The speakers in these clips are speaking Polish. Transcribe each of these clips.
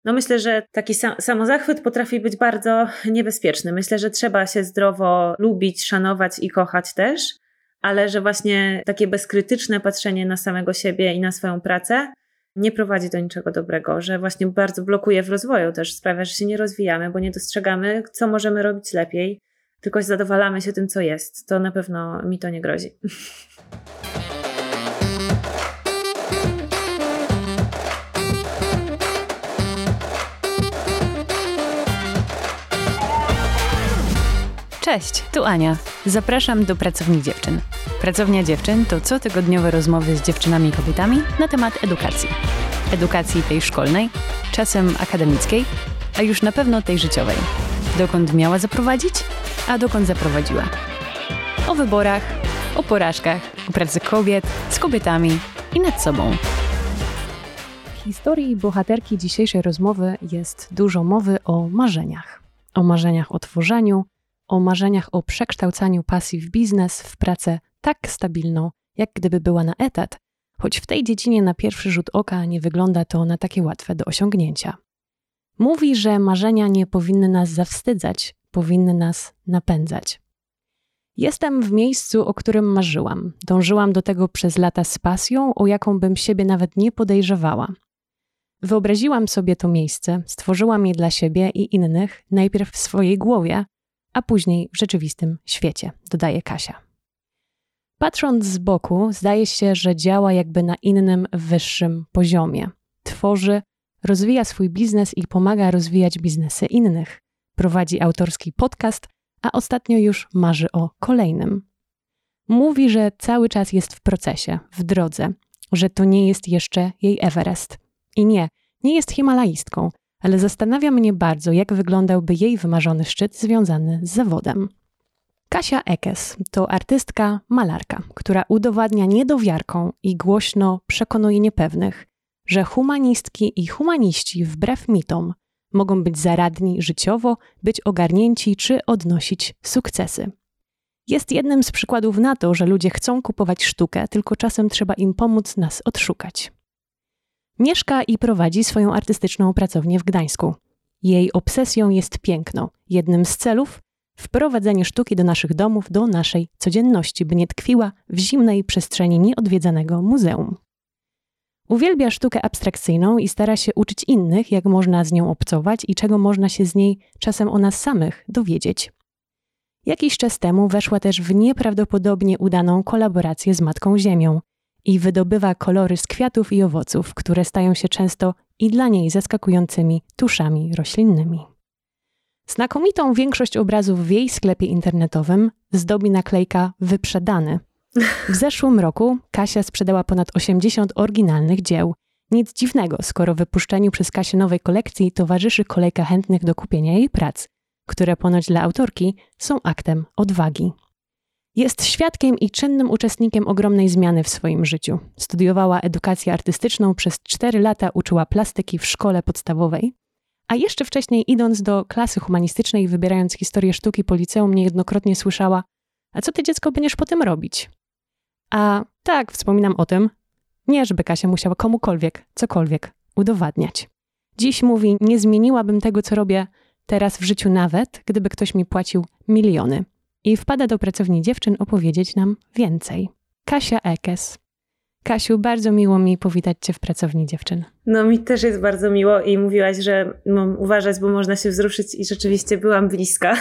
No myślę, że taki samozachwyt potrafi być bardzo niebezpieczny. Myślę, że trzeba się zdrowo lubić, szanować i kochać też, ale że właśnie takie bezkrytyczne patrzenie na samego siebie i na swoją pracę nie prowadzi do niczego dobrego, że właśnie bardzo blokuje w rozwoju też, sprawia, że się nie rozwijamy, bo nie dostrzegamy, co możemy robić lepiej, tylko zadowalamy się tym, co jest. To na pewno mi to nie grozi. Cześć, tu Ania. Zapraszam do Pracowni Dziewczyn. Pracownia Dziewczyn to cotygodniowe rozmowy z dziewczynami i kobietami na temat edukacji. Edukacji tej szkolnej, czasem akademickiej, a już na pewno tej życiowej. Dokąd miała zaprowadzić, a dokąd zaprowadziła. O wyborach, o porażkach, o pracy kobiet, z kobietami i nad sobą. W historii bohaterki dzisiejszej rozmowy jest dużo mowy o marzeniach. O marzeniach o tworzeniu, o marzeniach o przekształcaniu pasji w biznes, w pracę tak stabilną, jak gdyby była na etat, choć w tej dziedzinie na pierwszy rzut oka nie wygląda to na takie łatwe do osiągnięcia. Mówi, że marzenia nie powinny nas zawstydzać, powinny nas napędzać. Jestem w miejscu, o którym marzyłam. Dążyłam do tego przez lata z pasją, o jaką bym siebie nawet nie podejrzewała. Wyobraziłam sobie to miejsce, stworzyłam je dla siebie i innych, najpierw w swojej głowie, a później w rzeczywistym świecie, dodaje Kasia. Patrząc z boku, zdaje się, że działa jakby na innym, wyższym poziomie. Tworzy, rozwija swój biznes i pomaga rozwijać biznesy innych. Prowadzi autorski podcast, a ostatnio już marzy o kolejnym. Mówi, że cały czas jest w procesie, w drodze, że to nie jest jeszcze jej Everest. I nie jest himalaistką, ale zastanawia mnie bardzo, jak wyglądałby jej wymarzony szczyt związany z zawodem. Kasia Ekes to artystka, malarka, która udowadnia niedowiarką i głośno przekonuje niepewnych, że humanistki i humaniści wbrew mitom mogą być zaradni życiowo, być ogarnięci czy odnosić sukcesy. Jest jednym z przykładów na to, że ludzie chcą kupować sztukę, tylko czasem trzeba im pomóc nas odszukać. Mieszka i prowadzi swoją artystyczną pracownię w Gdańsku. Jej obsesją jest piękno. Jednym z celów wprowadzenie sztuki do naszych domów, do naszej codzienności, by nie tkwiła w zimnej przestrzeni nieodwiedzanego muzeum. Uwielbia sztukę abstrakcyjną i stara się uczyć innych, jak można z nią obcować i czego można się z niej czasem o nas samych dowiedzieć. Jakiś czas temu weszła też w nieprawdopodobnie udaną kolaborację z Matką Ziemią i wydobywa kolory z kwiatów i owoców, które stają się często i dla niej zaskakującymi tuszami roślinnymi. Znakomitą większość obrazów w jej sklepie internetowym zdobi naklejka „Wyprzedany”. W zeszłym roku Kasia sprzedała ponad 80 oryginalnych dzieł. Nic dziwnego, skoro wypuszczeniu przez Kasię nowej kolekcji towarzyszy kolejka chętnych do kupienia jej prac, które ponoć dla autorki są aktem odwagi. Jest świadkiem i czynnym uczestnikiem ogromnej zmiany w swoim życiu. Studiowała edukację artystyczną, przez 4 lata uczyła plastyki w szkole podstawowej, a jeszcze wcześniej idąc do klasy humanistycznej i wybierając historię sztuki po liceum niejednokrotnie słyszała: a co ty, dziecko, będziesz po tym robić? A tak, wspominam o tym, nie żeby Kasia musiała komukolwiek, cokolwiek udowadniać. Dziś mówi: nie zmieniłabym tego, co robię teraz w życiu nawet, gdyby ktoś mi płacił miliony. I wpada do Pracowni Dziewczyn opowiedzieć nam więcej. Kasia Ekes. Kasiu, bardzo miło mi powitać Cię w Pracowni Dziewczyn. No mi też jest bardzo miło i mówiłaś, że mam uważać, bo można się wzruszyć i rzeczywiście byłam bliska.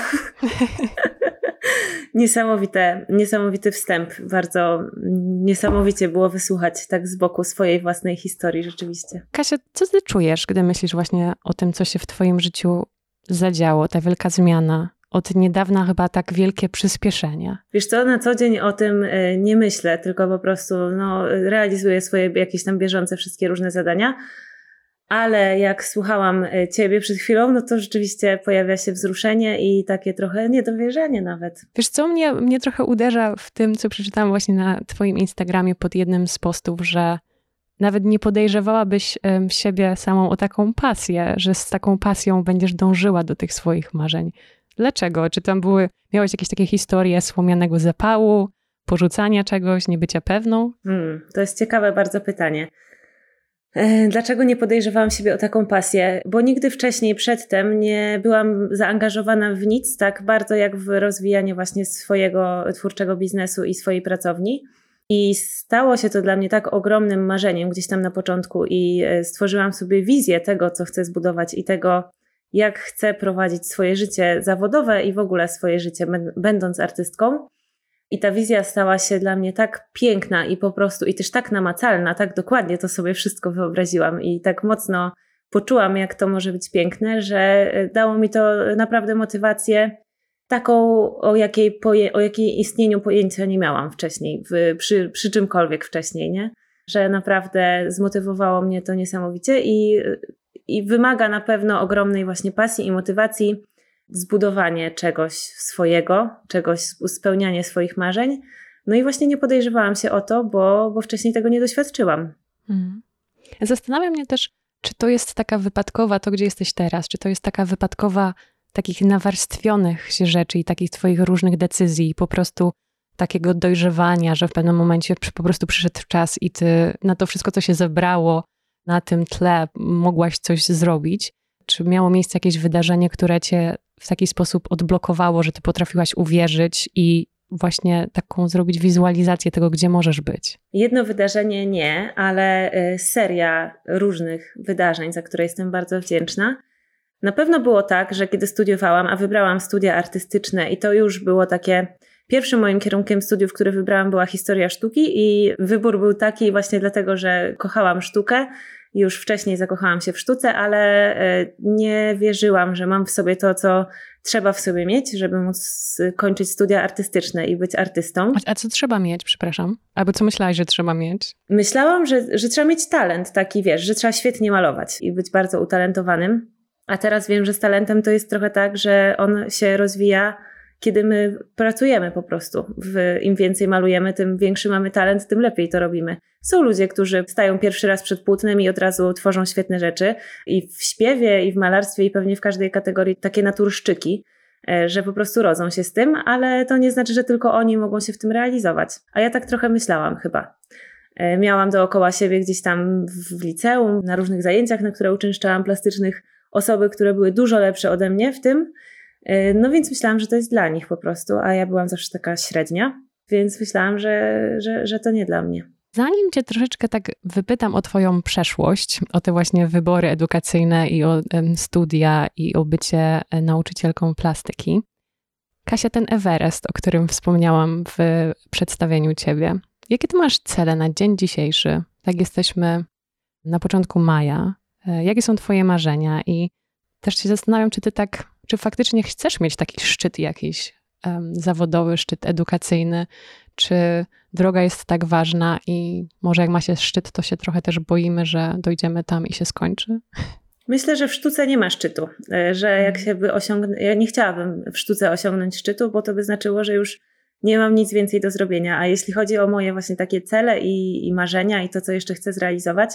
Niesamowity wstęp. Bardzo niesamowicie było wysłuchać tak z boku swojej własnej historii rzeczywiście. Kasia, co Ty czujesz, gdy myślisz właśnie o tym, co się w Twoim życiu zadziało, ta wielka zmiana? Od niedawna chyba tak wielkie przyspieszenie. Wiesz co, na co dzień o tym nie myślę, tylko po prostu realizuję swoje jakieś tam bieżące wszystkie różne zadania, ale jak słuchałam Ciebie przed chwilą, no to rzeczywiście pojawia się wzruszenie i takie trochę niedowierzanie nawet. Wiesz co, mnie trochę uderza w tym, co przeczytałam właśnie na Twoim Instagramie pod jednym z postów, że nawet nie podejrzewałabyś siebie samą o taką pasję, że z taką pasją będziesz dążyła do tych swoich marzeń. Dlaczego? Czy tam miałaś jakieś takie historie słomianego zapału, porzucania czegoś, niebycia pewną? To jest ciekawe bardzo pytanie. Dlaczego nie podejrzewałam siebie o taką pasję? Bo nigdy wcześniej, przedtem nie byłam zaangażowana w nic tak bardzo jak w rozwijanie właśnie swojego twórczego biznesu i swojej pracowni. I stało się to dla mnie tak ogromnym marzeniem gdzieś tam na początku i stworzyłam sobie wizję tego, co chcę zbudować i tego, jak chcę prowadzić swoje życie zawodowe i w ogóle swoje życie będąc artystką. I ta wizja stała się dla mnie tak piękna i po prostu i też tak namacalna, tak dokładnie to sobie wszystko wyobraziłam i tak mocno poczułam, jak to może być piękne, że dało mi to naprawdę motywację taką, o jakiej istnieniu pojęcia nie miałam wcześniej, przy czymkolwiek wcześniej, nie? Że naprawdę zmotywowało mnie to niesamowicie i wymaga na pewno ogromnej właśnie pasji i motywacji zbudowanie czegoś swojego, spełnianie swoich marzeń. No i właśnie nie podejrzewałam się o to, bo wcześniej tego nie doświadczyłam. Zastanawia mnie też, czy to jest taka wypadkowa, to gdzie jesteś teraz, czy to jest taka wypadkowa takich nawarstwionych się rzeczy i takich twoich różnych decyzji, po prostu takiego dojrzewania, że w pewnym momencie po prostu przyszedł czas i ty na to wszystko, co się zebrało na tym tle, mogłaś coś zrobić. Czy miało miejsce jakieś wydarzenie, które cię w taki sposób odblokowało, że ty potrafiłaś uwierzyć i właśnie taką zrobić wizualizację tego, gdzie możesz być? Jedno wydarzenie nie, ale seria różnych wydarzeń, za które jestem bardzo wdzięczna. Na pewno było tak, że kiedy studiowałam, a wybrałam studia artystyczne i to już było takie... Pierwszym moim kierunkiem studiów, który wybrałam, była historia sztuki i wybór był taki właśnie dlatego, że kochałam sztukę. Już wcześniej zakochałam się w sztuce, ale nie wierzyłam, że mam w sobie to, co trzeba w sobie mieć, żeby móc kończyć studia artystyczne i być artystą. A co trzeba mieć, przepraszam? Albo co myślałaś, że trzeba mieć? Myślałam, że trzeba mieć talent taki, wiesz, że trzeba świetnie malować i być bardzo utalentowanym. A teraz wiem, że z talentem to jest trochę tak, że on się rozwija, kiedy my pracujemy po prostu. Im więcej malujemy, tym większy mamy talent, tym lepiej to robimy. Są ludzie, którzy stają pierwszy raz przed płótnem i od razu tworzą świetne rzeczy. I w śpiewie, i w malarstwie, i pewnie w każdej kategorii takie naturszczyki, że po prostu rodzą się z tym, ale to nie znaczy, że tylko oni mogą się w tym realizować. A ja tak trochę myślałam chyba. Miałam dookoła siebie gdzieś tam w liceum, na różnych zajęciach, na które uczęszczałam plastycznych, osoby, które były dużo lepsze ode mnie w tym. No więc myślałam, że to jest dla nich po prostu, a ja byłam zawsze taka średnia, więc myślałam, że to nie dla mnie. Zanim cię troszeczkę tak wypytam o twoją przeszłość, o te właśnie wybory edukacyjne i o studia i o bycie nauczycielką plastyki. Kasia, ten Everest, o którym wspomniałam w przedstawieniu ciebie, jakie ty masz cele na dzień dzisiejszy? Tak jesteśmy na początku maja. Jakie są twoje marzenia? I też się zastanawiam, czy faktycznie chcesz mieć taki szczyt jakiś zawodowy, szczyt edukacyjny, czy droga jest tak ważna i może jak ma się szczyt, to się trochę też boimy, że dojdziemy tam i się skończy? Myślę, że w sztuce nie ma szczytu, że jak się by ja nie chciałabym w sztuce osiągnąć szczytu, bo to by znaczyło, że już nie mam nic więcej do zrobienia, a jeśli chodzi o moje właśnie takie cele i marzenia i to, co jeszcze chcę zrealizować,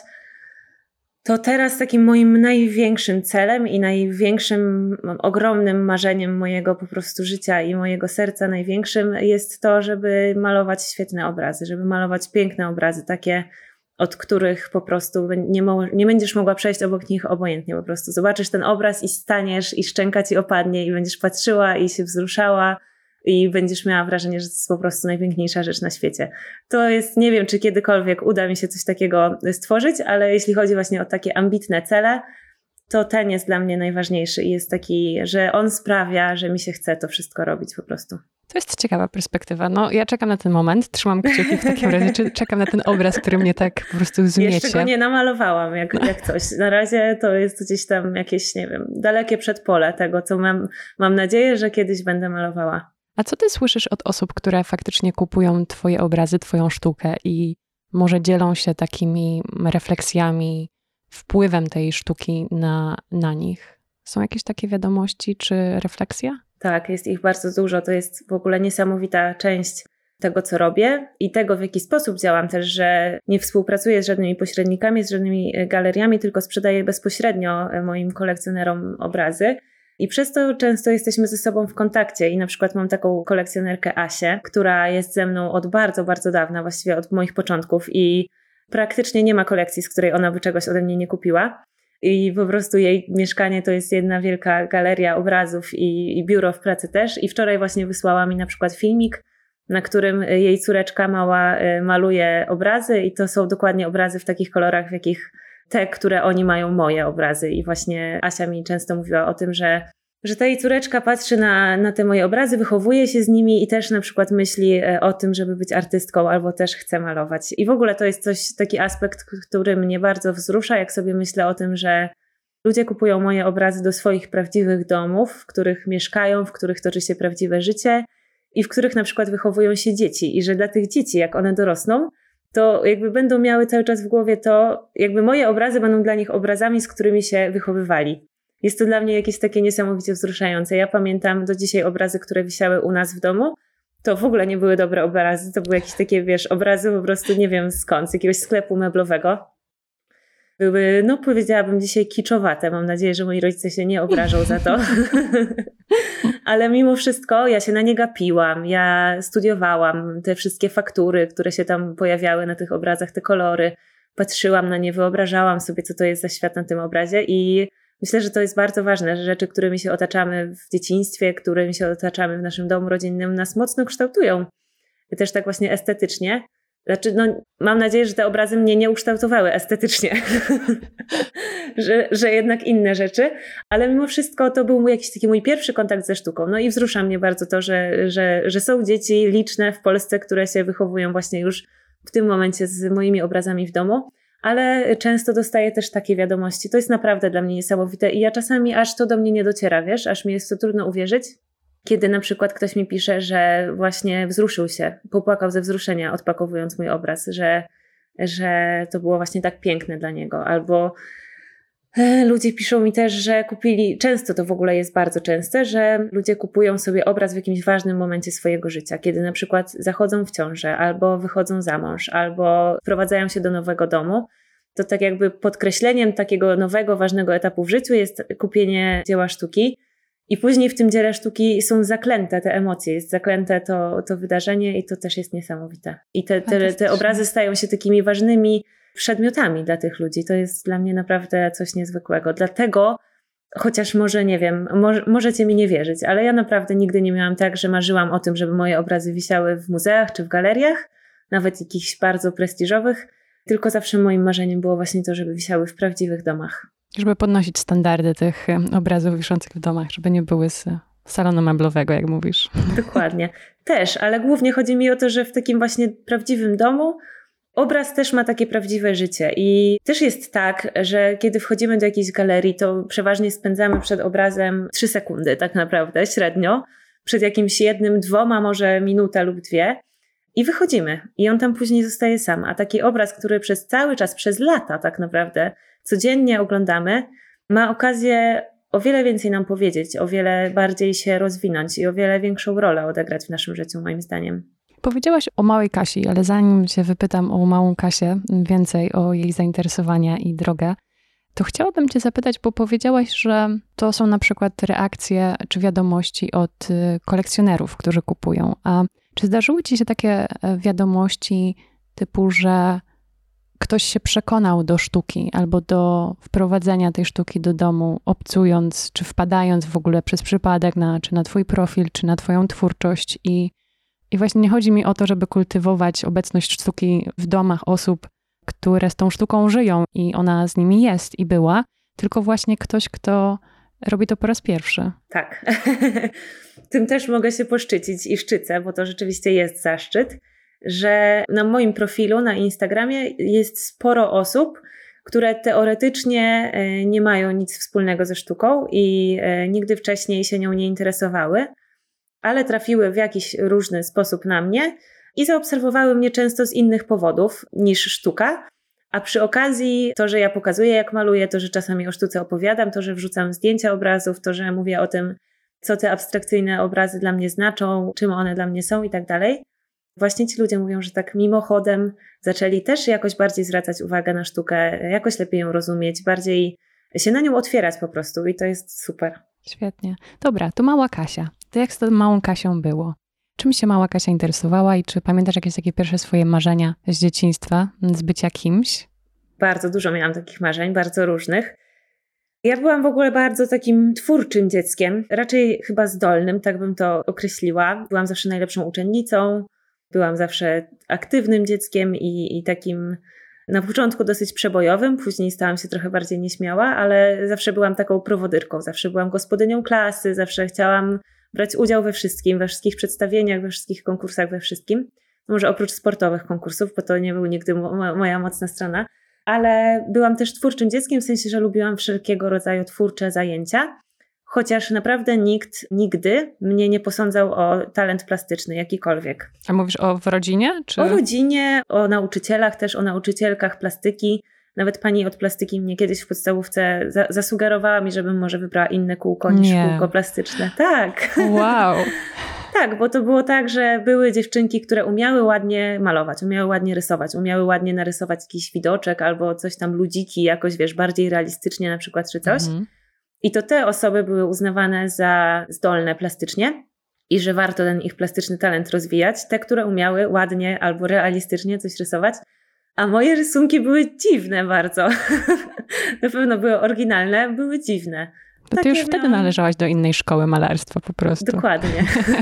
to teraz takim moim największym celem i największym, ogromnym marzeniem mojego po prostu życia i mojego serca największym jest to, żeby malować świetne obrazy, żeby malować piękne obrazy, takie, od których po prostu nie będziesz mogła przejść obok nich obojętnie po prostu. Zobaczysz ten obraz i staniesz i szczęka ci opadnie i będziesz patrzyła i się wzruszała i będziesz miała wrażenie, że to jest po prostu najpiękniejsza rzecz na świecie. To jest, nie wiem, czy kiedykolwiek uda mi się coś takiego stworzyć, ale jeśli chodzi właśnie o takie ambitne cele, to ten jest dla mnie najważniejszy i jest taki, że on sprawia, że mi się chce to wszystko robić po prostu. To jest ciekawa perspektywa. No, ja czekam na ten moment, trzymam kciuki w takim razie, czekam na ten obraz, który mnie tak po prostu zmiecie. Jeszcze go nie namalowałam jak coś. Na razie to jest gdzieś tam jakieś, nie wiem, dalekie przedpole tego, co mam nadzieję, że kiedyś będę malowała. A co ty słyszysz od osób, które faktycznie kupują twoje obrazy, twoją sztukę i może dzielą się takimi refleksjami, wpływem tej sztuki na nich? Są jakieś takie wiadomości czy refleksja? Tak, jest ich bardzo dużo. To jest w ogóle niesamowita część tego, co robię i tego, w jaki sposób działam też, że nie współpracuję z żadnymi pośrednikami, z żadnymi galeriami, tylko sprzedaję bezpośrednio moim kolekcjonerom obrazy. I przez to często jesteśmy ze sobą w kontakcie i na przykład mam taką kolekcjonerkę Asię, która jest ze mną od bardzo, bardzo dawna, właściwie od moich początków i Praktycznie nie ma kolekcji, z której ona by czegoś ode mnie nie kupiła. I po prostu jej mieszkanie to jest jedna wielka galeria obrazów i biuro w pracy też. I wczoraj właśnie wysłała mi na przykład filmik, na którym jej córeczka mała maluje obrazy i to są dokładnie obrazy w takich kolorach, w jakich te, które oni mają, moje obrazy. I właśnie Asia mi często mówiła o tym, że ta jej córeczka patrzy na te moje obrazy, wychowuje się z nimi i też na przykład myśli o tym, żeby być artystką albo też chce malować. I w ogóle to jest taki aspekt, który mnie bardzo wzrusza, jak sobie myślę o tym, że ludzie kupują moje obrazy do swoich prawdziwych domów, w których mieszkają, w których toczy się prawdziwe życie i w których na przykład wychowują się dzieci. I że dla tych dzieci, jak one dorosną, to jakby będą miały cały czas w głowie to, jakby moje obrazy będą dla nich obrazami, z którymi się wychowywali. Jest to dla mnie jakieś takie niesamowicie wzruszające. Ja pamiętam do dzisiaj obrazy, które wisiały u nas w domu. To w ogóle nie były dobre obrazy. To były jakieś takie, obrazy po prostu nie wiem skąd, z jakiegoś sklepu meblowego. Były, powiedziałabym dzisiaj kiczowate. Mam nadzieję, że moi rodzice się nie obrażą za to. Ale mimo wszystko ja się na nie gapiłam. Ja studiowałam te wszystkie faktury, które się tam pojawiały na tych obrazach, te kolory. Patrzyłam na nie, wyobrażałam sobie, co to jest za świat na tym obrazie i myślę, że to jest bardzo ważne, że rzeczy, którymi się otaczamy w dzieciństwie, którymi się otaczamy w naszym domu rodzinnym, nas mocno kształtują. I też tak właśnie estetycznie. Znaczy, mam nadzieję, że te obrazy mnie nie ukształtowały estetycznie, że jednak inne rzeczy, ale mimo wszystko to był jakiś taki mój pierwszy kontakt ze sztuką. No i wzrusza mnie bardzo to, że są dzieci liczne w Polsce, które się wychowują właśnie już w tym momencie z moimi obrazami w domu. Ale często dostaję też takie wiadomości. To jest naprawdę dla mnie niesamowite i ja czasami aż to do mnie nie dociera, aż mi jest to trudno uwierzyć, kiedy na przykład ktoś mi pisze, że właśnie wzruszył się, popłakał ze wzruszenia odpakowując mój obraz, że to było właśnie tak piękne dla niego. Albo ludzie piszą mi też, że kupili, często to w ogóle jest bardzo częste, że ludzie kupują sobie obraz w jakimś ważnym momencie swojego życia, kiedy na przykład zachodzą w ciążę, albo wychodzą za mąż, albo wprowadzają się do nowego domu. To tak jakby podkreśleniem takiego nowego, ważnego etapu w życiu jest kupienie dzieła sztuki i później w tym dziele sztuki są zaklęte te emocje, jest zaklęte to wydarzenie i to też jest niesamowite. I te obrazy stają się takimi ważnymi przedmiotami dla tych ludzi. To jest dla mnie naprawdę coś niezwykłego. Dlatego, chociaż może nie wiem, możecie mi nie wierzyć, ale ja naprawdę nigdy nie miałam tak, że marzyłam o tym, żeby moje obrazy wisiały w muzeach czy w galeriach, nawet jakichś bardzo prestiżowych, tylko zawsze moim marzeniem było właśnie to, żeby wisiały w prawdziwych domach. Żeby podnosić standardy tych obrazów wiszących w domach, żeby nie były z salonu meblowego, jak mówisz. Dokładnie. Też, ale głównie chodzi mi o to, że w takim właśnie prawdziwym domu obraz też ma takie prawdziwe życie i też jest tak, że kiedy wchodzimy do jakiejś galerii, to przeważnie spędzamy przed obrazem 3 sekundy tak naprawdę, średnio, przed jakimś 1, 2, może minutę lub 2 i wychodzimy i on tam później zostaje sam, a taki obraz, który przez cały czas, przez lata tak naprawdę codziennie oglądamy, ma okazję o wiele więcej nam powiedzieć, o wiele bardziej się rozwinąć i o wiele większą rolę odegrać w naszym życiu, moim zdaniem. Powiedziałaś o małej Kasi, ale zanim się wypytam o małą Kasię, więcej o jej zainteresowania i drogę, to chciałabym cię zapytać, bo powiedziałaś, że to są na przykład reakcje czy wiadomości od kolekcjonerów, którzy kupują. A czy zdarzyły ci się takie wiadomości typu, że ktoś się przekonał do sztuki albo do wprowadzenia tej sztuki do domu, obcując czy wpadając w ogóle przez przypadek czy na twój profil, czy na twoją twórczość i właśnie nie chodzi mi o to, żeby kultywować obecność sztuki w domach osób, które z tą sztuką żyją i ona z nimi jest i była, tylko właśnie ktoś, kto robi to po raz pierwszy. Tak. Tym też mogę się poszczycić i szczycę, bo to rzeczywiście jest zaszczyt, że na moim profilu na Instagramie jest sporo osób, które teoretycznie nie mają nic wspólnego ze sztuką i nigdy wcześniej się nią nie interesowały, ale trafiły w jakiś różny sposób na mnie i zaobserwowały mnie często z innych powodów niż sztuka, a przy okazji to, że ja pokazuję jak maluję, to, że czasami o sztuce opowiadam, to, że wrzucam zdjęcia obrazów, to, że mówię o tym, co te abstrakcyjne obrazy dla mnie znaczą, czym one dla mnie są i tak dalej. Właśnie ci ludzie mówią, że tak mimochodem zaczęli też jakoś bardziej zwracać uwagę na sztukę, jakoś lepiej ją rozumieć, bardziej się na nią otwierać po prostu i to jest super. Świetnie. Dobra, to mała Kasia. To jak z tą małą Kasią było? Czym się mała Kasia interesowała i czy pamiętasz jakieś takie pierwsze swoje marzenia z dzieciństwa, z bycia kimś? Bardzo dużo miałam takich marzeń, bardzo różnych. Ja byłam w ogóle bardzo takim twórczym dzieckiem, raczej chyba zdolnym, tak bym to określiła. Byłam zawsze najlepszą uczennicą, byłam zawsze aktywnym dzieckiem i takim na początku dosyć przebojowym, później stałam się trochę bardziej nieśmiała, ale zawsze byłam taką prowodyrką, zawsze byłam gospodynią klasy, zawsze chciałam brać udział we wszystkim, we wszystkich przedstawieniach, we wszystkich konkursach, we wszystkim. Może oprócz sportowych konkursów, bo to nie był nigdy moja mocna strona. Ale byłam też twórczym dzieckiem, w sensie, że lubiłam wszelkiego rodzaju twórcze zajęcia, chociaż naprawdę nikt nigdy mnie nie posądzał o talent plastyczny, jakikolwiek. A mówisz w rodzinie? Czy? O rodzinie, o nauczycielach też, o nauczycielkach plastyki. Nawet pani od plastyki mnie kiedyś w podstawówce zasugerowała mi, żebym może wybrała inne kółko niż kółko plastyczne. Tak. Wow. Tak, bo to było tak, że były dziewczynki, które umiały ładnie malować, umiały ładnie rysować, umiały ładnie narysować jakiś widoczek albo coś tam, ludziki jakoś, wiesz, bardziej realistycznie na przykład czy coś. I to te osoby były uznawane za zdolne plastycznie i że warto ten ich plastyczny talent rozwijać. Te, które umiały ładnie albo realistycznie coś rysować. A moje rysunki były dziwne bardzo. Na pewno były oryginalne, były dziwne. To ty już wtedy należałaś do innej szkoły malarstwa po prostu. Dokładnie.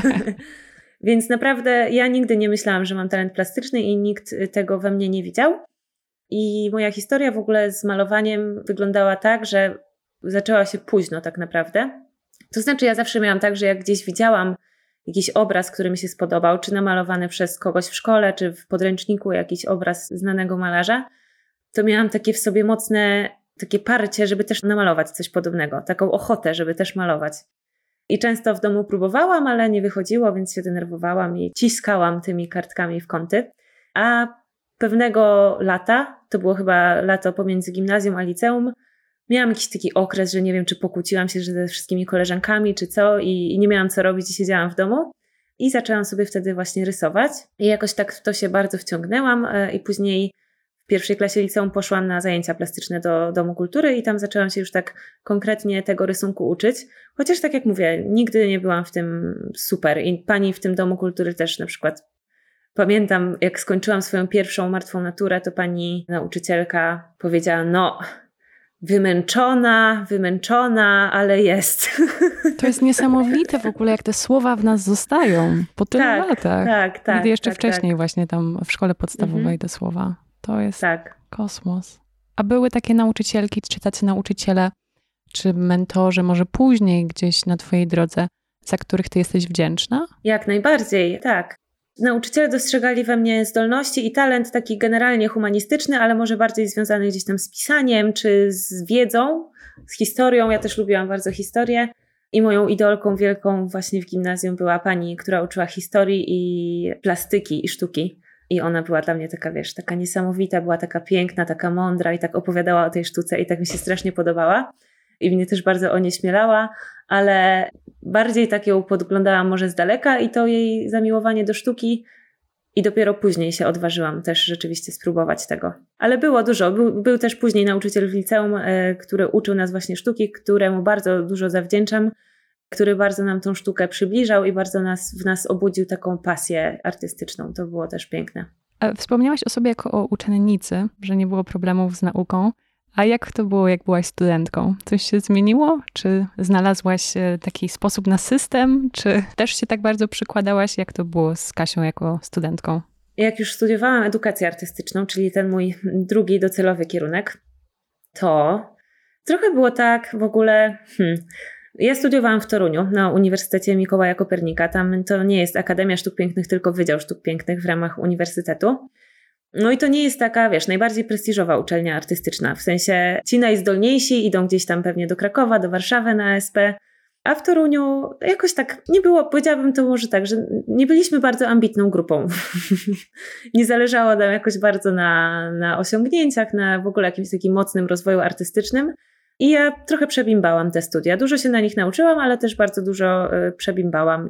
Więc naprawdę ja nigdy nie myślałam, że mam talent plastyczny i nikt tego we mnie nie widział. I moja historia w ogóle z malowaniem wyglądała tak, że zaczęła się późno tak naprawdę. To znaczy ja zawsze miałam tak, że jak gdzieś widziałam jakiś obraz, który mi się spodobał, czy namalowany przez kogoś w szkole, czy w podręczniku jakiś obraz znanego malarza, to miałam takie w sobie mocne takie parcie, żeby też namalować coś podobnego, taką ochotę, żeby też malować. I często w domu próbowałam, ale nie wychodziło, więc się denerwowałam i ciskałam tymi kartkami w kąty. A pewnego lata, to było chyba lato pomiędzy gimnazjum a liceum, miałam jakiś taki okres, że nie wiem, czy pokłóciłam się ze wszystkimi koleżankami, czy co i nie miałam co robić i siedziałam w domu. I zaczęłam sobie wtedy właśnie rysować. I jakoś tak w to się bardzo wciągnęłam i później w pierwszej klasie liceum poszłam na zajęcia plastyczne do Domu Kultury i tam zaczęłam się już tak konkretnie tego rysunku uczyć. Chociaż tak jak mówię, nigdy nie byłam w tym super. I pani w tym Domu Kultury też na przykład pamiętam, jak skończyłam swoją pierwszą martwą naturę, to pani nauczycielka powiedziała, no wymęczona, ale jest. To jest niesamowite w ogóle, jak te słowa w nas zostają po tylu latach. Tak. Nigdy jeszcze wcześniej właśnie tam w szkole podstawowej te słowa. To jest kosmos. A były takie nauczycielki, czy tacy nauczyciele, czy mentorzy, może później gdzieś na twojej drodze, za których ty jesteś wdzięczna? Jak najbardziej, tak. Nauczyciele dostrzegali we mnie zdolności i talent taki generalnie humanistyczny, ale może bardziej związany gdzieś tam z pisaniem, czy z wiedzą, z historią. Ja też lubiłam bardzo historię i moją idolką wielką właśnie w gimnazjum była pani, która uczyła historii i plastyki i sztuki. I ona była dla mnie taka, wiesz, taka niesamowita, była taka piękna, taka mądra i tak opowiadała o tej sztuce i tak mi się strasznie podobała. I mnie też bardzo onieśmielała, ale bardziej tak ją podglądałam może z daleka i to jej zamiłowanie do sztuki i dopiero później się odważyłam też rzeczywiście spróbować tego. Ale było dużo. Był też później nauczyciel w liceum, który uczył nas właśnie sztuki, któremu bardzo dużo zawdzięczam, który bardzo nam tą sztukę przybliżał i bardzo w nas obudził taką pasję artystyczną. To było też piękne. Wspomniałaś o sobie jako o uczennicy, że nie było problemów z nauką. A jak to było, jak byłaś studentką? Coś się zmieniło? Czy znalazłaś taki sposób na system? Czy też się tak bardzo przykładałaś? Jak to było z Kasią jako studentką? Jak już studiowałam edukację artystyczną, czyli ten mój drugi docelowy kierunek, to trochę było tak w ogóle... Ja studiowałam w Toruniu na Uniwersytecie Mikołaja Kopernika. Tam to nie jest Akademia Sztuk Pięknych, tylko Wydział Sztuk Pięknych w ramach uniwersytetu. No i to nie jest taka, wiesz, najbardziej prestiżowa uczelnia artystyczna. W sensie ci najzdolniejsi idą gdzieś tam pewnie do Krakowa, do Warszawy na ASP, a w Toruniu jakoś tak nie było, powiedziałabym to może tak, że nie byliśmy bardzo ambitną grupą. Nie zależało nam jakoś bardzo na osiągnięciach, na w ogóle jakimś takim mocnym rozwoju artystycznym. I ja trochę przebimbałam te studia. Dużo się na nich nauczyłam, ale też bardzo dużo przebimbałam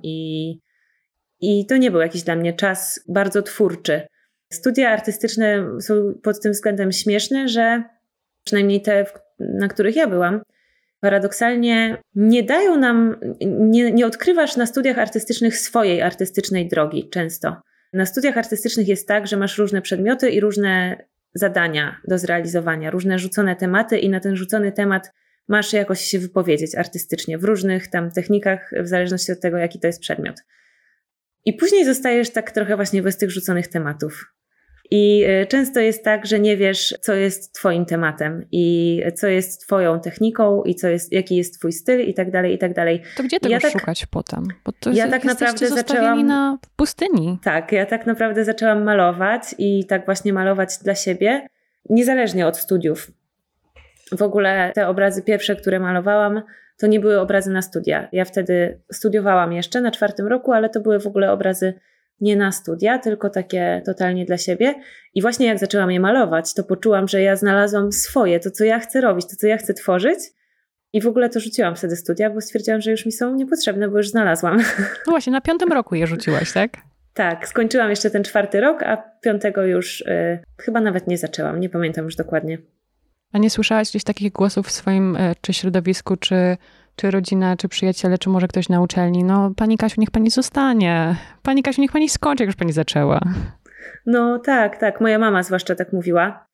i to nie był jakiś dla mnie czas bardzo twórczy. Studia artystyczne są pod tym względem śmieszne, że przynajmniej te, na których ja byłam, paradoksalnie nie dają nam, nie odkrywasz na studiach artystycznych swojej artystycznej drogi często. Na studiach artystycznych jest tak, że masz różne przedmioty i różne zadania do zrealizowania, różne rzucone tematy i na ten rzucony temat masz jakoś się wypowiedzieć artystycznie w różnych tam technikach, w zależności od tego, jaki to jest przedmiot. I później zostajesz tak trochę właśnie bez tych rzuconych tematów. I często jest tak, że nie wiesz, co jest twoim tematem i co jest twoją techniką i jaki jest twój styl i tak dalej, i tak dalej. To gdzie tego szukać potem? Bo to ja tak naprawdę zaczęłam na pustyni. Tak, ja tak naprawdę zaczęłam malować i tak właśnie malować dla siebie, niezależnie od studiów. W ogóle te obrazy pierwsze, które malowałam, to nie były obrazy na studia. Ja wtedy studiowałam jeszcze na 4. roku, ale to były w ogóle obrazy nie na studia, tylko takie totalnie dla siebie. I właśnie jak zaczęłam je malować, to poczułam, że ja znalazłam swoje, to co ja chcę robić, to co ja chcę tworzyć. I w ogóle to rzuciłam wtedy studia, bo stwierdziłam, że już mi są niepotrzebne, bo już znalazłam. No właśnie, na 5. roku je rzuciłaś, tak? Tak, skończyłam jeszcze ten 4. rok, a 5. już chyba nawet nie zaczęłam, nie pamiętam już dokładnie. A nie słyszałaś gdzieś takich głosów w swoim czy środowisku, czy rodzina, czy przyjaciele, czy może ktoś na uczelni? No, pani Kasiu, niech pani zostanie. Pani Kasiu, niech pani skończy, jak już pani zaczęła. No tak. Moja mama zwłaszcza tak mówiła,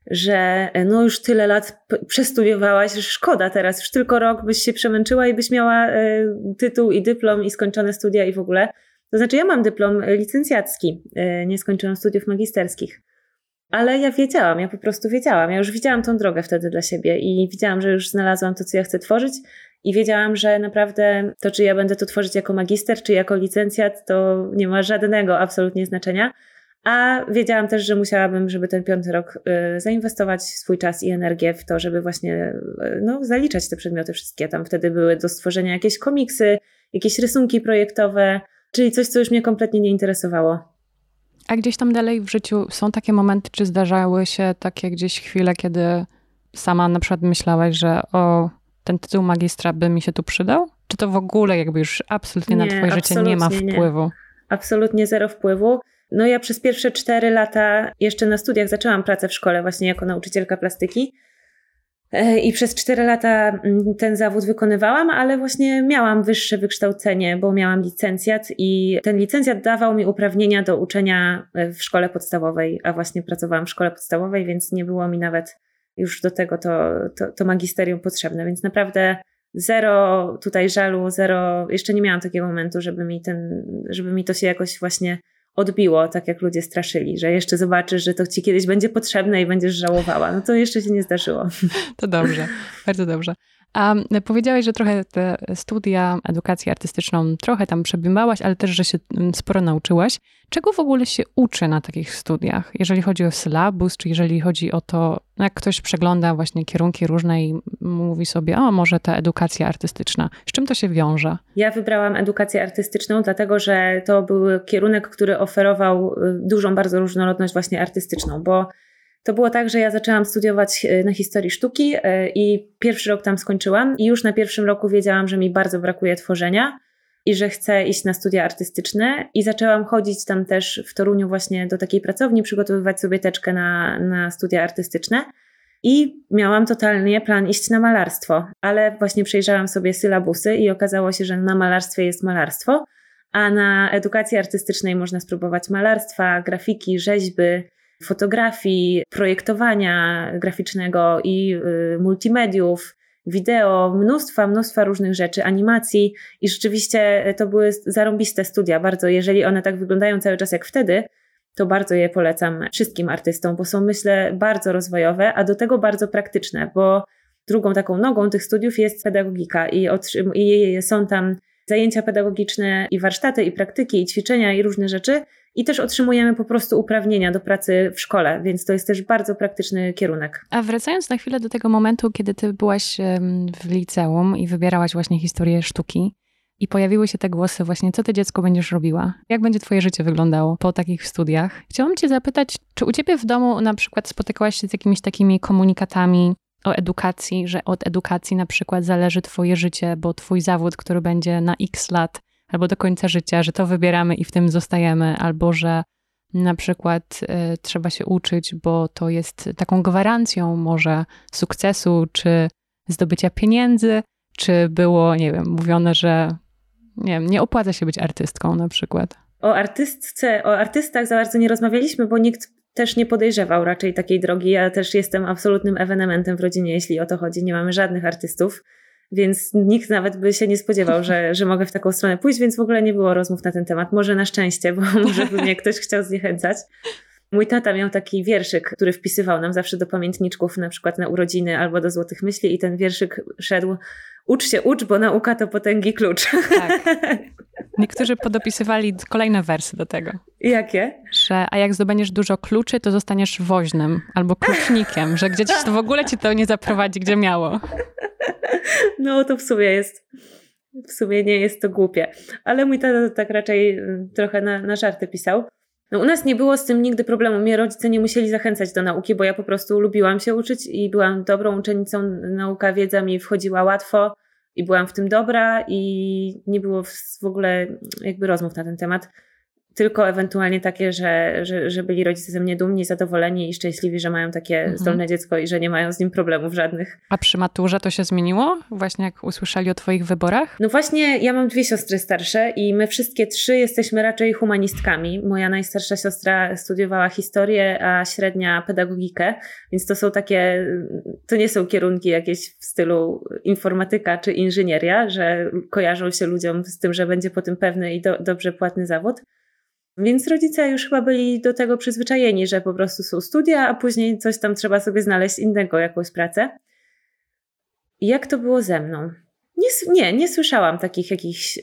że no już tyle lat przestudiowałaś, że szkoda teraz, już tylko rok byś się przemęczyła i byś miała tytuł i dyplom i skończone studia i w ogóle. To znaczy ja mam dyplom licencjacki, nie skończyłam studiów magisterskich. Ale ja po prostu wiedziałam. Ja już widziałam tą drogę wtedy dla siebie i widziałam, że już znalazłam to, co ja chcę tworzyć i wiedziałam, że naprawdę to, czy ja będę to tworzyć jako magister, czy jako licencjat, to nie ma żadnego absolutnie znaczenia. A wiedziałam też, że musiałabym, żeby ten 5. rok zainwestować swój czas i energię w to, żeby właśnie zaliczać te przedmioty wszystkie. Tam wtedy były do stworzenia jakieś komiksy, jakieś rysunki projektowe, czyli coś, co już mnie kompletnie nie interesowało. A gdzieś tam dalej w życiu są takie momenty, czy zdarzały się takie gdzieś chwile, kiedy sama na przykład myślałaś, że ten tytuł magistra by mi się tu przydał? Czy to w ogóle jakby już absolutnie na twoje życie nie ma wpływu? Nie. Absolutnie zero wpływu. No ja przez pierwsze 4 lata jeszcze na studiach zaczęłam pracę w szkole właśnie jako nauczycielka plastyki. I przez 4 lata ten zawód wykonywałam, ale właśnie miałam wyższe wykształcenie, bo miałam licencjat i ten licencjat dawał mi uprawnienia do uczenia w szkole podstawowej, a właśnie pracowałam w szkole podstawowej, więc nie było mi nawet już do tego to magisterium potrzebne, więc naprawdę zero tutaj żalu, zero, jeszcze nie miałam takiego momentu, żeby mi to się jakoś właśnie odbiło, tak jak ludzie straszyli, że jeszcze zobaczysz, że to ci kiedyś będzie potrzebne i będziesz żałowała. No to jeszcze się nie zdarzyło. To dobrze, bardzo dobrze. A powiedziałaś, że trochę te studia, edukację artystyczną trochę tam przebywałaś, ale też, że się sporo nauczyłaś. Czego w ogóle się uczy na takich studiach? Jeżeli chodzi o sylabus, czy jeżeli chodzi o to, jak ktoś przegląda właśnie kierunki różne i mówi sobie, może ta edukacja artystyczna. Z czym to się wiąże? Ja wybrałam edukację artystyczną, dlatego że to był kierunek, który oferował dużą bardzo różnorodność właśnie artystyczną, bo to było tak, że ja zaczęłam studiować na historii sztuki i 1. rok tam skończyłam i już na 1. roku wiedziałam, że mi bardzo brakuje tworzenia i że chcę iść na studia artystyczne i zaczęłam chodzić tam też w Toruniu właśnie do takiej pracowni, przygotowywać sobie teczkę na studia artystyczne i miałam totalnie plan iść na malarstwo, ale właśnie przejrzałam sobie sylabusy i okazało się, że na malarstwie jest malarstwo, a na edukacji artystycznej można spróbować malarstwa, grafiki, rzeźby, fotografii, projektowania graficznego i multimediów, wideo, mnóstwa różnych rzeczy, animacji i rzeczywiście to były zarąbiste studia bardzo. Jeżeli one tak wyglądają cały czas jak wtedy, to bardzo je polecam wszystkim artystom, bo są, myślę, bardzo rozwojowe, a do tego bardzo praktyczne, bo drugą taką nogą tych studiów jest pedagogika i są tam zajęcia pedagogiczne i warsztaty, i praktyki, i ćwiczenia, i różne rzeczy. I też otrzymujemy po prostu uprawnienia do pracy w szkole, więc to jest też bardzo praktyczny kierunek. A wracając na chwilę do tego momentu, kiedy ty byłaś w liceum i wybierałaś właśnie historię sztuki i pojawiły się te głosy właśnie, co ty dziecko będziesz robiła? Jak będzie twoje życie wyglądało po takich studiach? Chciałam cię zapytać, czy u ciebie w domu na przykład spotykałaś się z jakimiś takimi komunikatami o edukacji, że od edukacji na przykład zależy twoje życie, bo twój zawód, który będzie na x lat, albo do końca życia, że to wybieramy i w tym zostajemy, albo że na przykład trzeba się uczyć, bo to jest taką gwarancją może sukcesu, czy zdobycia pieniędzy, czy było, nie wiem, mówione, że nie opłaca się być artystką na przykład? O artystach za bardzo nie rozmawialiśmy, bo nikt też nie podejrzewał raczej takiej drogi. Ja też jestem absolutnym ewenementem w rodzinie, jeśli o to chodzi. Nie mamy żadnych artystów, więc nikt nawet by się nie spodziewał, że mogę w taką stronę pójść, więc w ogóle nie było rozmów na ten temat. Może na szczęście, bo może by mnie ktoś chciał zniechęcać. Mój tata miał taki wierszyk, który wpisywał nam zawsze do pamiętniczków, na przykład na urodziny albo do Złotych Myśli i ten wierszyk szedł: ucz się, ucz, bo nauka to potęgi klucz. Tak. Niektórzy podopisywali kolejne wersy do tego. Jakie? A jak zdobędziesz dużo kluczy, to zostaniesz woźnym albo klucznikiem, że gdzieś w ogóle ci to nie zaprowadzi, gdzie miało. No to w sumie nie jest to głupie. Ale mój tata tak raczej trochę na żarty pisał. No u nas nie było z tym nigdy problemu. Mnie rodzice nie musieli zachęcać do nauki, bo ja po prostu lubiłam się uczyć i byłam dobrą uczennicą. Nauka, wiedza mi wchodziła łatwo i byłam w tym dobra i nie było w ogóle jakby rozmów na ten temat. Tylko ewentualnie takie, że byli rodzice ze mnie dumni, zadowoleni i szczęśliwi, że mają takie zdolne dziecko i że nie mają z nim problemów żadnych. A przy maturze to się zmieniło? Właśnie jak usłyszeli o twoich wyborach? No właśnie, ja mam 2 siostry starsze i my wszystkie 3 jesteśmy raczej humanistkami. Moja najstarsza siostra studiowała historię, a średnia pedagogikę, więc to nie są kierunki jakieś w stylu informatyka czy inżynieria, że kojarzą się ludziom z tym, że będzie po tym pewny i dobrze płatny zawód. Więc rodzice już chyba byli do tego przyzwyczajeni, że po prostu są studia, a później coś tam trzeba sobie znaleźć innego, jakąś pracę. I jak to było ze mną? Nie słyszałam takich jakichś...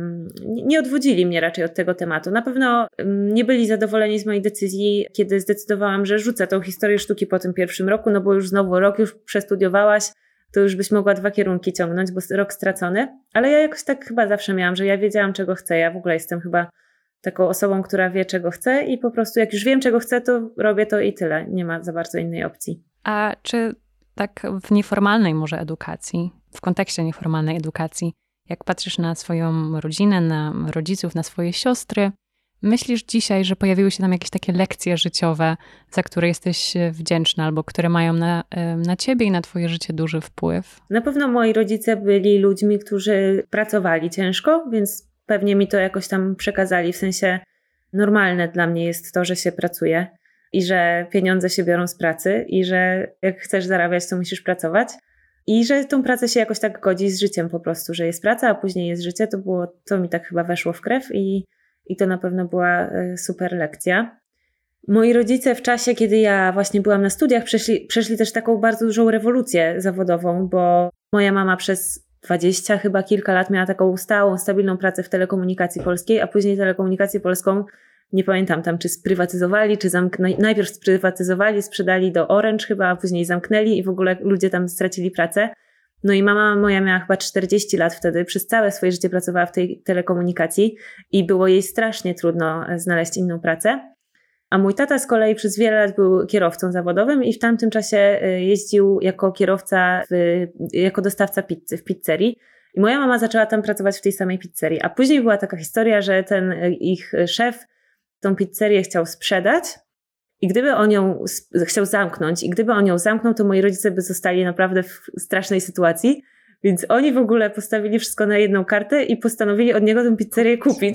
nie odwodzili mnie raczej od tego tematu. Na pewno nie byli zadowoleni z mojej decyzji, kiedy zdecydowałam, że rzucę tą historię sztuki po tym pierwszym roku, no bo już znowu rok już przestudiowałaś, to już byś mogła 2 kierunki ciągnąć, bo rok stracony. Ale ja jakoś tak chyba zawsze miałam, że ja wiedziałam, czego chcę. Ja w ogóle jestem chyba taką osobą, która wie, czego chce i po prostu jak już wiem, czego chcę, to robię to i tyle. Nie ma za bardzo innej opcji. A czy tak w nieformalnej może edukacji, w kontekście nieformalnej edukacji, jak patrzysz na swoją rodzinę, na rodziców, na swoje siostry, myślisz dzisiaj, że pojawiły się tam jakieś takie lekcje życiowe, za które jesteś wdzięczna albo które mają na ciebie i na twoje życie duży wpływ? Na pewno moi rodzice byli ludźmi, którzy pracowali ciężko, więc pewnie mi to jakoś tam przekazali, w sensie normalne dla mnie jest to, że się pracuje i że pieniądze się biorą z pracy i że jak chcesz zarabiać, to musisz pracować i że tą pracę się jakoś tak godzi z życiem po prostu, że jest praca, a później jest życie. To mi tak chyba weszło w krew i to na pewno była super lekcja. Moi rodzice w czasie, kiedy ja właśnie byłam na studiach, przeszli też taką bardzo dużą rewolucję zawodową, bo moja mama przez 20 chyba kilka lat miała taką stałą, stabilną pracę w Telekomunikacji Polskiej, a później Telekomunikację Polską, nie pamiętam tam czy sprywatyzowali, czy najpierw sprywatyzowali, sprzedali do Orange chyba, a później zamknęli i w ogóle ludzie tam stracili pracę. No i mama moja miała chyba 40 lat wtedy, przez całe swoje życie pracowała w tej telekomunikacji i było jej strasznie trudno znaleźć inną pracę. A mój tata z kolei przez wiele lat był kierowcą zawodowym i w tamtym czasie jeździł jako kierowca, jako dostawca pizzy w pizzerii. I moja mama zaczęła tam pracować w tej samej pizzerii. A później była taka historia, że ten ich szef tą pizzerię chciał sprzedać i gdyby on ją chciał zamknąć i gdyby on ją zamknął, to moi rodzice by zostali naprawdę w strasznej sytuacji. Więc oni w ogóle postawili wszystko na jedną kartę i postanowili od niego tę pizzerię kupić.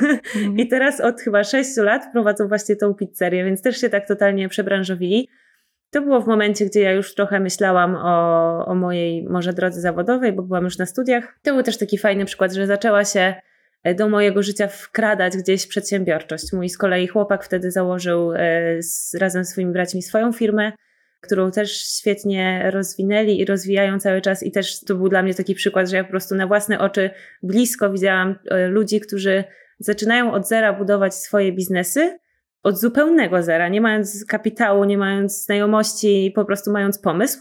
I teraz od chyba 6 lat prowadzą właśnie tą pizzerię, więc też się tak totalnie przebranżowili. To było w momencie, gdzie ja już trochę myślałam o mojej może drodze zawodowej, bo byłam już na studiach. To był też taki fajny przykład, że zaczęła się do mojego życia wkradać gdzieś przedsiębiorczość. Mój z kolei chłopak wtedy założył razem z swoimi braćmi swoją firmę, którą też świetnie rozwinęli i rozwijają cały czas i też to był dla mnie taki przykład, że ja po prostu na własne oczy blisko widziałam ludzi, którzy zaczynają od zera budować swoje biznesy, od zupełnego zera, nie mając kapitału, nie mając znajomości, po prostu mając pomysł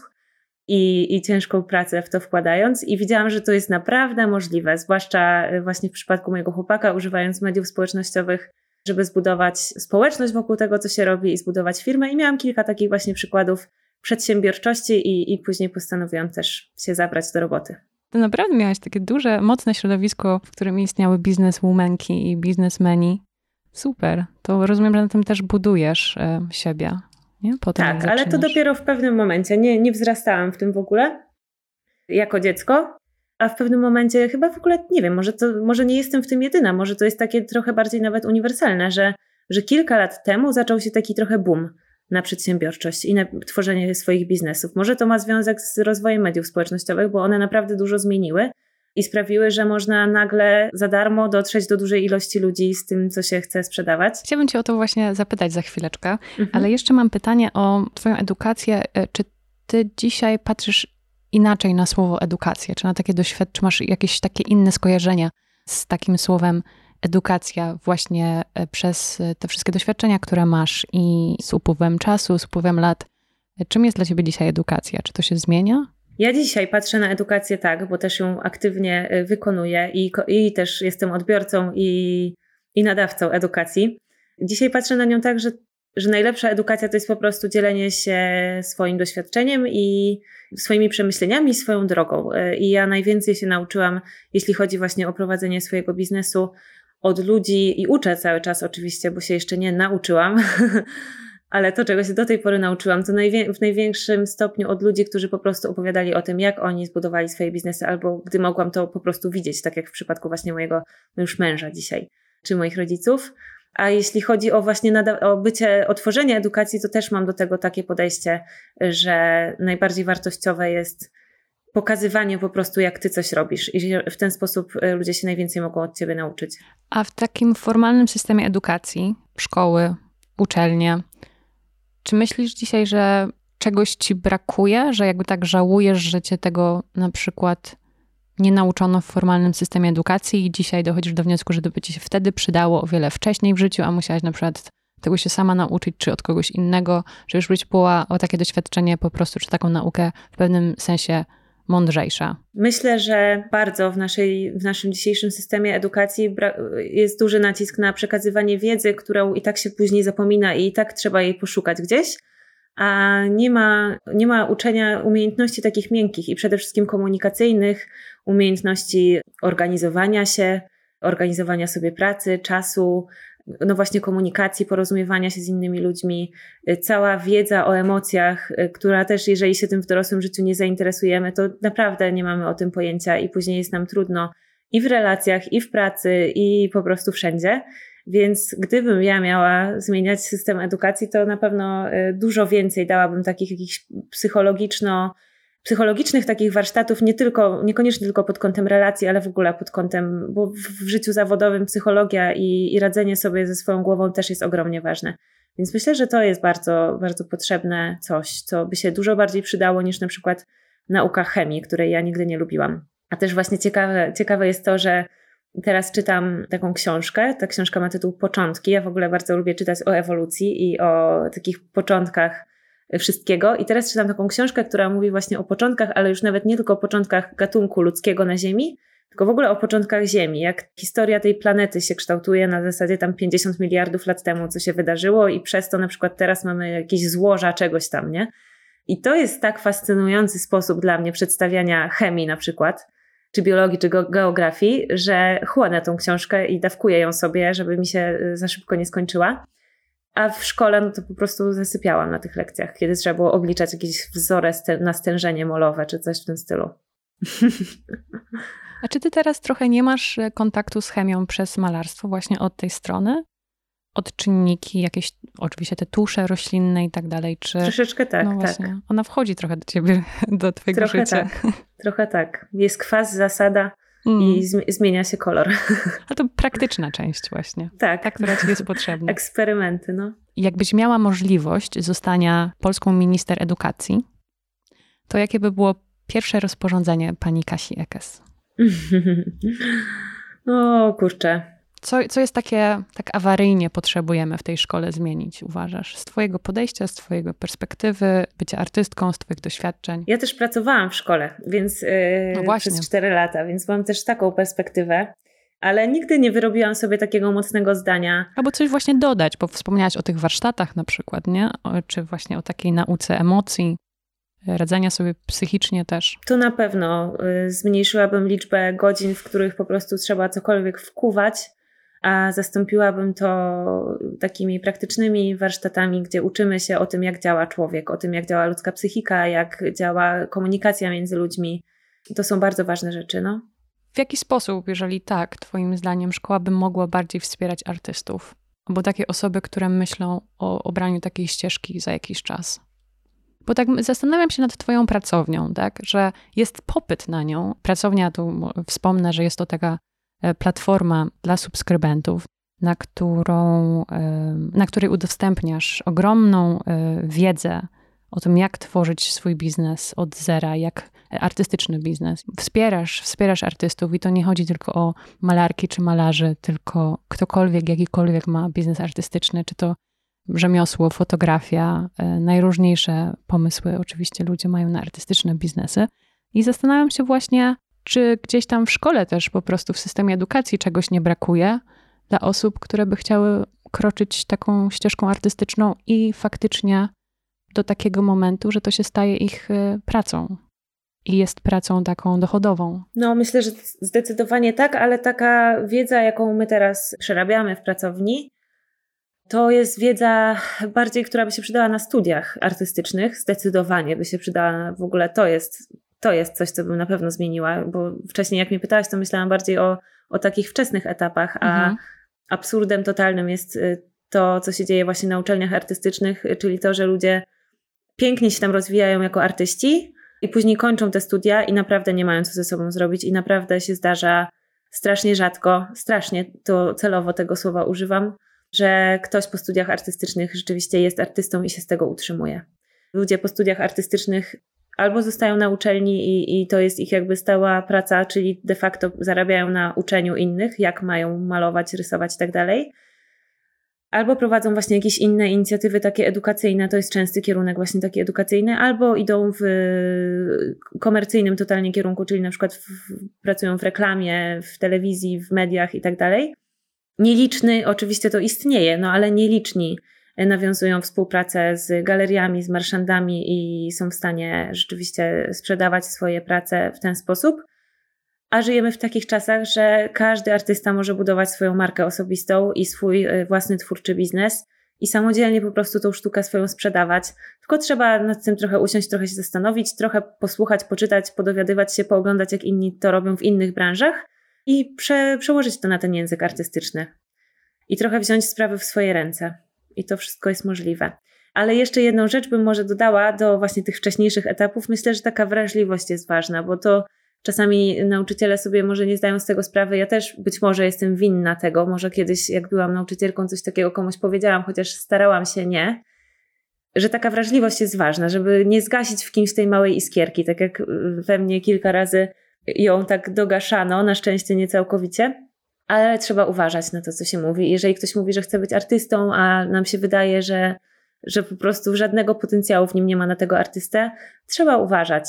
i ciężką pracę w to wkładając i widziałam, że to jest naprawdę możliwe, zwłaszcza właśnie w przypadku mojego chłopaka, używając mediów społecznościowych, żeby zbudować społeczność wokół tego, co się robi i zbudować firmę. I miałam kilka takich właśnie przykładów przedsiębiorczości i później postanowiłam też się zabrać do roboty. To naprawdę miałaś takie duże, mocne środowisko, w którym istniały bizneswomanki i biznesmeni. Super. To rozumiem, że na tym też budujesz siebie. Nie? Potem tak, ale to dopiero w pewnym momencie. Nie wzrastałam w tym w ogóle. jako dziecko, a w pewnym momencie chyba w ogóle, nie wiem, może nie jestem w tym jedyna, może to jest takie trochę bardziej nawet uniwersalne, że kilka lat temu zaczął się taki trochę boom na przedsiębiorczość i na tworzenie swoich biznesów. Może to ma związek z rozwojem mediów społecznościowych, bo one naprawdę dużo zmieniły i sprawiły, że można nagle za darmo dotrzeć do dużej ilości ludzi z tym, co się chce sprzedawać. Chciałabym cię o to właśnie zapytać za chwileczkę, ale jeszcze mam pytanie o twoją edukację. Czy ty dzisiaj patrzysz inaczej na słowo edukacja? Czy na takie czy masz jakieś takie inne skojarzenia z takim słowem edukacja właśnie przez te wszystkie doświadczenia, które masz i z upływem czasu, z upływem lat? Czym jest dla ciebie dzisiaj edukacja? Czy to się zmienia? Ja dzisiaj patrzę na edukację tak, bo też ją aktywnie wykonuję i też jestem odbiorcą i nadawcą edukacji. Dzisiaj patrzę na nią tak, że najlepsza edukacja to jest po prostu dzielenie się swoim doświadczeniem i swoimi przemyśleniami, swoją drogą. I ja najwięcej się nauczyłam, jeśli chodzi właśnie o prowadzenie swojego biznesu, od ludzi i uczę cały czas oczywiście, bo się jeszcze nie nauczyłam, ale to, czego się do tej pory nauczyłam, to w największym stopniu od ludzi, którzy po prostu opowiadali o tym, jak oni zbudowali swoje biznesy, albo gdy mogłam to po prostu widzieć, tak jak w przypadku właśnie mojego już męża dzisiaj, czy moich rodziców. A jeśli chodzi o właśnie o tworzenie edukacji, to też mam do tego takie podejście, że najbardziej wartościowe jest pokazywanie po prostu, jak ty coś robisz i w ten sposób ludzie się najwięcej mogą od ciebie nauczyć. A w takim formalnym systemie edukacji, szkoły, uczelnie, czy myślisz dzisiaj, że czegoś ci brakuje, że jakby tak żałujesz, że cię tego na przykład nie nauczono w formalnym systemie edukacji i dzisiaj dochodzisz do wniosku, że to by ci się wtedy przydało o wiele wcześniej w życiu, a musiałaś na przykład tego się sama nauczyć, czy od kogoś innego, że już być była o takie doświadczenie po prostu, czy taką naukę w pewnym sensie mądrzejsza? Myślę, że bardzo w naszym dzisiejszym systemie edukacji jest duży nacisk na przekazywanie wiedzy, którą i tak się później zapomina i tak trzeba jej poszukać gdzieś, a nie ma uczenia umiejętności takich miękkich i przede wszystkim komunikacyjnych, umiejętności organizowania sobie pracy, czasu, no właśnie komunikacji, porozumiewania się z innymi ludźmi, cała wiedza o emocjach, która też, jeżeli się tym w dorosłym życiu nie zainteresujemy, to naprawdę nie mamy o tym pojęcia i później jest nam trudno i w relacjach, i w pracy, i po prostu wszędzie. Więc gdybym ja miała zmieniać system edukacji, to na pewno dużo więcej dałabym takich psychologicznych takich warsztatów, niekoniecznie tylko pod kątem relacji, ale w ogóle pod kątem, bo w życiu zawodowym psychologia i radzenie sobie ze swoją głową też jest ogromnie ważne. Więc myślę, że to jest bardzo, bardzo potrzebne coś, co by się dużo bardziej przydało niż na przykład nauka chemii, której ja nigdy nie lubiłam. A też właśnie ciekawe jest to, że teraz czytam taką książkę. Ta książka ma tytuł Początki. Ja w ogóle bardzo lubię czytać o ewolucji i o takich początkach wszystkiego. I teraz czytam taką książkę, która mówi właśnie o początkach, ale już nawet nie tylko o początkach gatunku ludzkiego na Ziemi, tylko w ogóle o początkach Ziemi. Jak historia tej planety się kształtuje na zasadzie tam 50 miliardów lat temu, co się wydarzyło i przez to na przykład teraz mamy jakieś złoża czegoś tam, nie? I to jest tak fascynujący sposób dla mnie przedstawiania chemii na przykład, czy biologii, czy geografii, że chłonę tą książkę i dawkuję ją sobie, żeby mi się za szybko nie skończyła. A w szkole no to po prostu zasypiałam na tych lekcjach, kiedy trzeba było obliczać jakieś wzory na stężenie molowe, czy coś w tym stylu. A czy ty teraz trochę nie masz kontaktu z chemią przez malarstwo właśnie od tej strony? Odczynniki, jakieś, oczywiście te tusze roślinne i tak dalej, czy... Troszeczkę tak, no właśnie, tak. Ona wchodzi trochę do ciebie, do twojego życia. Trochę tak. Jest kwas, zasada i zmienia się kolor. A to praktyczna część właśnie. Tak. Ta, która ci jest potrzebna. Eksperymenty, no. Jakbyś miała możliwość zostania polską minister edukacji, to jakie by było pierwsze rozporządzenie pani Kasi Ekes? O kurczę. Co jest takie, tak awaryjnie potrzebujemy w tej szkole zmienić, uważasz? Z twojego podejścia, z twojej perspektywy, bycia artystką, z twoich doświadczeń? Ja też pracowałam w szkole, więc przez 4 lata, więc mam też taką perspektywę, ale nigdy nie wyrobiłam sobie takiego mocnego zdania. Albo coś właśnie dodać, bo wspomniałaś o tych warsztatach na przykład, nie? Czy właśnie o takiej nauce emocji, radzenia sobie psychicznie też. To na pewno zmniejszyłabym liczbę godzin, w których po prostu trzeba cokolwiek wkuwać, a zastąpiłabym to takimi praktycznymi warsztatami, gdzie uczymy się o tym, jak działa człowiek, o tym, jak działa ludzka psychika, jak działa komunikacja między ludźmi, To są bardzo ważne rzeczy, no. W jaki sposób, jeżeli tak, twoim zdaniem szkoła by mogła bardziej wspierać artystów? Albo takie osoby, które myślą o obraniu takiej ścieżki za jakiś czas? Bo tak zastanawiam się nad twoją pracownią, tak? Że jest popyt na nią. Pracownia, tu wspomnę, że jest to taka platforma dla subskrybentów, na której udostępniasz ogromną wiedzę o tym, jak tworzyć swój biznes od zera, jak artystyczny biznes. Wspierasz artystów i to nie chodzi tylko o malarki czy malarzy, tylko ktokolwiek, jakikolwiek ma biznes artystyczny, czy to rzemiosło, fotografia, najróżniejsze pomysły oczywiście ludzie mają na artystyczne biznesy. I zastanawiam się właśnie, czy gdzieś tam w szkole też po prostu w systemie edukacji czegoś nie brakuje dla osób, które by chciały kroczyć taką ścieżką artystyczną i faktycznie do takiego momentu, że to się staje ich pracą i jest pracą taką dochodową. No myślę, że zdecydowanie tak, ale taka wiedza, jaką my teraz przerabiamy w pracowni, to jest wiedza bardziej, która by się przydała na studiach artystycznych, zdecydowanie by się przydała w ogóle, to jest coś, co bym na pewno zmieniła, bo wcześniej jak mnie pytałaś, to myślałam bardziej o takich wczesnych etapach, a absurdem totalnym jest to, co się dzieje właśnie na uczelniach artystycznych, czyli to, że ludzie pięknie się tam rozwijają jako artyści i później kończą te studia i naprawdę nie mają co ze sobą zrobić i naprawdę się zdarza strasznie rzadko, strasznie to celowo tego słowa używam, że ktoś po studiach artystycznych rzeczywiście jest artystą i się z tego utrzymuje. Ludzie po studiach artystycznych albo zostają na uczelni i to jest ich jakby stała praca, czyli de facto zarabiają na uczeniu innych, jak mają malować, rysować i tak dalej. Albo prowadzą właśnie jakieś inne inicjatywy takie edukacyjne, to jest częsty kierunek właśnie taki edukacyjny, albo idą w komercyjnym totalnie kierunku, czyli na przykład pracują w reklamie, w telewizji, w mediach i tak dalej. Nieliczni, oczywiście to istnieje, no ale nieliczni nawiązują współpracę z galeriami, z marszandami i są w stanie rzeczywiście sprzedawać swoje prace w ten sposób. A żyjemy w takich czasach, że każdy artysta może budować swoją markę osobistą i swój własny twórczy biznes i samodzielnie po prostu tą sztukę swoją sprzedawać. Tylko trzeba nad tym trochę usiąść, trochę się zastanowić, trochę posłuchać, poczytać, podowiadywać się, pooglądać, jak inni to robią w innych branżach i przełożyć to na ten język artystyczny. I trochę wziąć sprawy w swoje ręce. I to wszystko jest możliwe. Ale jeszcze jedną rzecz bym może dodała do właśnie tych wcześniejszych etapów. Myślę, że taka wrażliwość jest ważna, bo to czasami nauczyciele sobie może nie zdają z tego sprawy. Ja też być może jestem winna tego. Może kiedyś, jak byłam nauczycielką, coś takiego komuś powiedziałam, chociaż starałam się nie. Że taka wrażliwość jest ważna, żeby nie zgasić w kimś tej małej iskierki. Tak jak we mnie kilka razy ją tak dogaszano, na szczęście nie całkowicie. Ale trzeba uważać na to, co się mówi. Jeżeli ktoś mówi, że chce być artystą, a nam się wydaje, że po prostu żadnego potencjału w nim nie ma na tego artystę, trzeba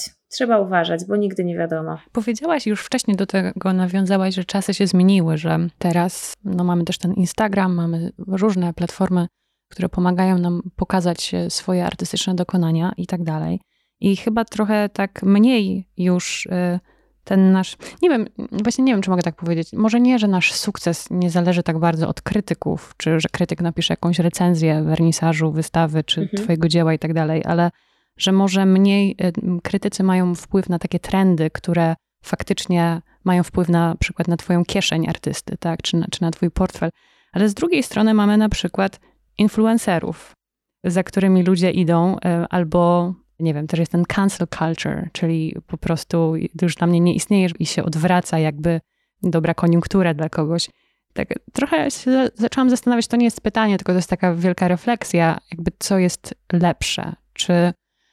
uważać, bo nigdy nie wiadomo. Powiedziałaś już wcześniej, do tego nawiązałaś, że czasy się zmieniły, że teraz mamy też ten Instagram, mamy różne platformy, które pomagają nam pokazać swoje artystyczne dokonania i tak dalej. I chyba trochę tak mniej już ten nasz, nie wiem, czy mogę tak powiedzieć, może nie, że nasz sukces nie zależy tak bardzo od krytyków, czy że krytyk napisze jakąś recenzję wernisażu, wystawy, czy twojego dzieła i tak dalej, ale że może mniej krytycy mają wpływ na takie trendy, które faktycznie mają wpływ na przykład na twoją kieszeń artysty, tak, czy na twój portfel. Ale z drugiej strony mamy na przykład influencerów, za którymi ludzie idą, albo nie wiem, też jest ten cancel culture, czyli po prostu to już dla mnie nie istnieje i się odwraca jakby dobra koniunktura dla kogoś. Tak trochę się zaczęłam zastanawiać, to nie jest pytanie, tylko to jest taka wielka refleksja, jakby co jest lepsze, czy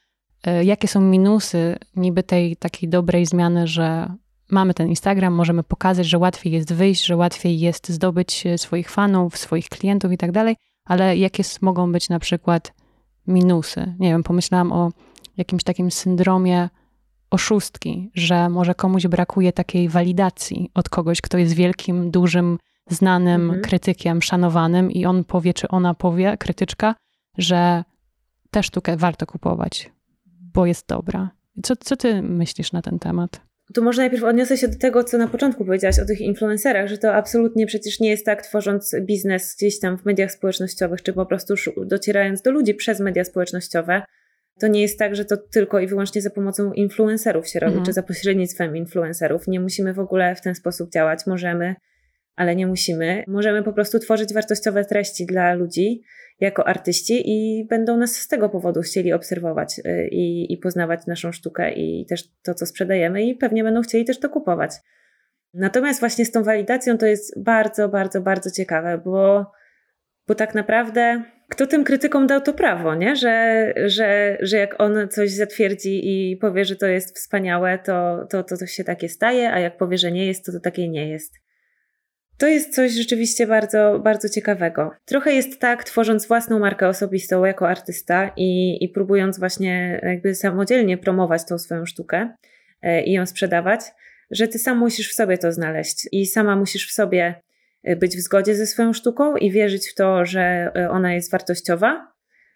jakie są minusy niby tej takiej dobrej zmiany, że mamy ten Instagram, możemy pokazać, że łatwiej jest wyjść, że łatwiej jest zdobyć swoich fanów, swoich klientów i tak dalej, ale jakie mogą być na przykład minusy? Nie wiem, pomyślałam o jakimś takim syndromie oszustki, że może komuś brakuje takiej walidacji od kogoś, kto jest wielkim, dużym, znanym krytykiem, szanowanym i on powie, czy ona powie, krytyczka, że tę sztukę warto kupować, bo jest dobra. Co ty myślisz na ten temat? Tu może najpierw odniosę się do tego, co na początku powiedziałaś o tych influencerach, że to absolutnie przecież nie jest tak, tworząc biznes gdzieś tam w mediach społecznościowych, czy po prostu docierając do ludzi przez media społecznościowe, To nie jest tak, że to tylko i wyłącznie za pomocą influencerów się robi, czy za pośrednictwem influencerów. Nie musimy w ogóle w ten sposób działać. Możemy, ale nie musimy. Możemy po prostu tworzyć wartościowe treści dla ludzi jako artyści i będą nas z tego powodu chcieli obserwować i poznawać naszą sztukę i też to, co sprzedajemy i pewnie będą chcieli też to kupować. Natomiast właśnie z tą walidacją to jest bardzo, bardzo, bardzo ciekawe, bo tak naprawdę kto tym krytykom dał to prawo, nie? Że jak on coś zatwierdzi i powie, że to jest wspaniałe, to się takie staje, a jak powie, że nie jest, to takie nie jest. To jest coś rzeczywiście bardzo, bardzo ciekawego. Trochę jest tak, tworząc własną markę osobistą jako artysta i próbując właśnie jakby samodzielnie promować tą swoją sztukę i ją sprzedawać, że ty sam musisz w sobie to znaleźć i sama musisz w sobie być w zgodzie ze swoją sztuką i wierzyć w to, że ona jest wartościowa.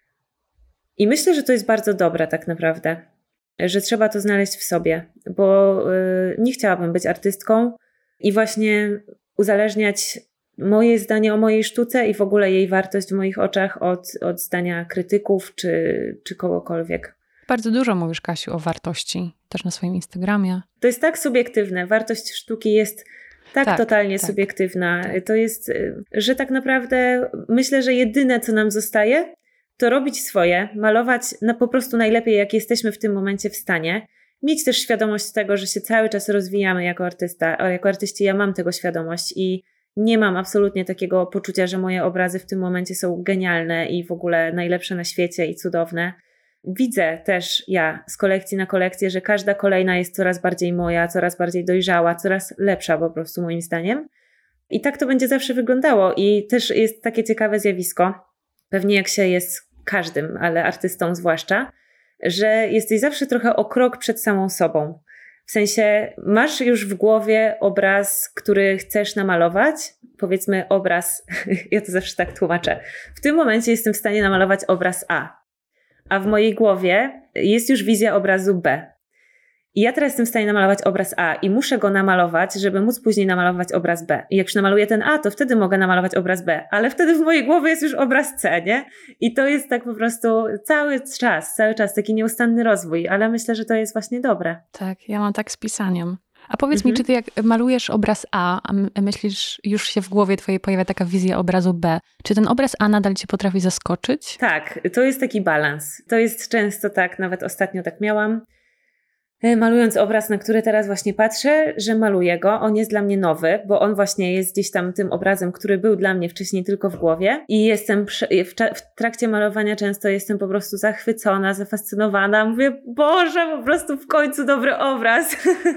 I myślę, że to jest bardzo dobre tak naprawdę, że trzeba to znaleźć w sobie, bo nie chciałabym być artystką i właśnie uzależniać moje zdanie o mojej sztuce i w ogóle jej wartość w moich oczach od zdania krytyków czy kogokolwiek. Bardzo dużo mówisz, Kasiu, o wartości, też na swoim Instagramie. To jest tak subiektywne. Wartość sztuki jest tak totalnie subiektywna. Tak. To jest, że tak naprawdę myślę, że jedyne, co nam zostaje, to robić swoje, malować po prostu najlepiej, jak jesteśmy w tym momencie w stanie. Mieć też świadomość tego, że się cały czas rozwijamy jako artysta. Jako artyści ja mam tego świadomość i nie mam absolutnie takiego poczucia, że moje obrazy w tym momencie są genialne i w ogóle najlepsze na świecie i cudowne. Widzę też ja z kolekcji na kolekcję, że każda kolejna jest coraz bardziej moja, coraz bardziej dojrzała, coraz lepsza po prostu moim zdaniem. I tak to będzie zawsze wyglądało. I też jest takie ciekawe zjawisko, pewnie jak się jest każdym, ale artystą zwłaszcza, że jesteś zawsze trochę o krok przed samą sobą. W sensie masz już w głowie obraz, który chcesz namalować, powiedzmy obraz, ja to zawsze tak tłumaczę, w tym momencie jestem w stanie namalować obraz a w mojej głowie jest już wizja obrazu B. I ja teraz jestem w stanie namalować obraz A i muszę go namalować, żeby móc później namalować obraz B. I jak już namaluję ten A, to wtedy mogę namalować obraz B, ale wtedy w mojej głowie jest już obraz C, nie? I to jest tak po prostu cały czas taki nieustanny rozwój, ale myślę, że to jest właśnie dobre. Tak, ja mam tak z pisaniem. A powiedz mi, czy ty jak malujesz obraz A myślisz, już się w głowie twojej pojawia taka wizja obrazu B, czy ten obraz A nadal cię potrafi zaskoczyć? Tak, to jest taki balans. To jest często tak, nawet ostatnio tak miałam, malując obraz, na który teraz właśnie patrzę, że maluję go. On jest dla mnie nowy, bo on właśnie jest gdzieś tam tym obrazem, który był dla mnie wcześniej tylko w głowie i jestem w trakcie malowania często jestem po prostu zachwycona, zafascynowana. Mówię, Boże, po prostu w końcu dobry obraz.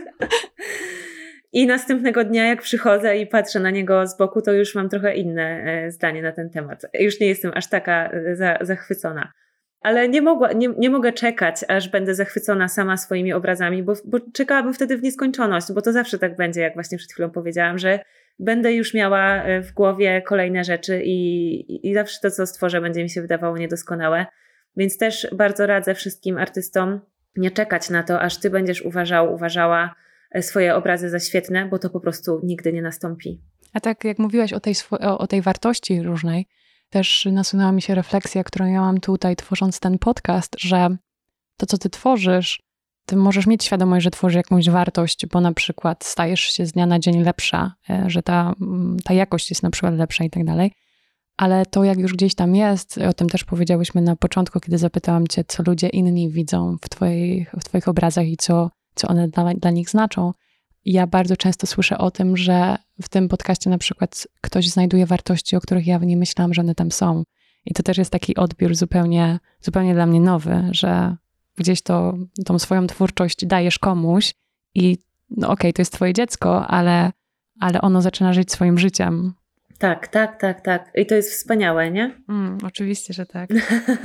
I następnego dnia, jak przychodzę i patrzę na niego z boku, to już mam trochę inne zdanie na ten temat. Już nie jestem aż taka zachwycona. Ale nie mogę czekać, aż będę zachwycona sama swoimi obrazami, bo czekałabym wtedy w nieskończoność, bo to zawsze tak będzie, jak właśnie przed chwilą powiedziałam, że będę już miała w głowie kolejne rzeczy i zawsze to, co stworzę, będzie mi się wydawało niedoskonałe. Więc też bardzo radzę wszystkim artystom nie czekać na to, aż ty będziesz uważała swoje obrazy za świetne, bo to po prostu nigdy nie nastąpi. A tak jak mówiłaś o tej wartości różnej, też nasunęła mi się refleksja, którą ja mam tutaj, tworząc ten podcast, że to, co ty tworzysz, ty możesz mieć świadomość, że tworzysz jakąś wartość, bo na przykład stajesz się z dnia na dzień lepsza, że ta jakość jest na przykład lepsza i tak dalej, ale to jak już gdzieś tam jest, o tym też powiedziałyśmy na początku, kiedy zapytałam cię, co ludzie inni widzą w twoich obrazach i co one dla nich znaczą. Ja bardzo często słyszę o tym, że w tym podcaście na przykład ktoś znajduje wartości, o których ja nie myślałam, że one tam są. I to też jest taki odbiór zupełnie dla mnie nowy, że gdzieś tą swoją twórczość dajesz komuś i no okej, to jest twoje dziecko, ale ono zaczyna żyć swoim życiem. Tak. I to jest wspaniałe, nie? Oczywiście, że tak.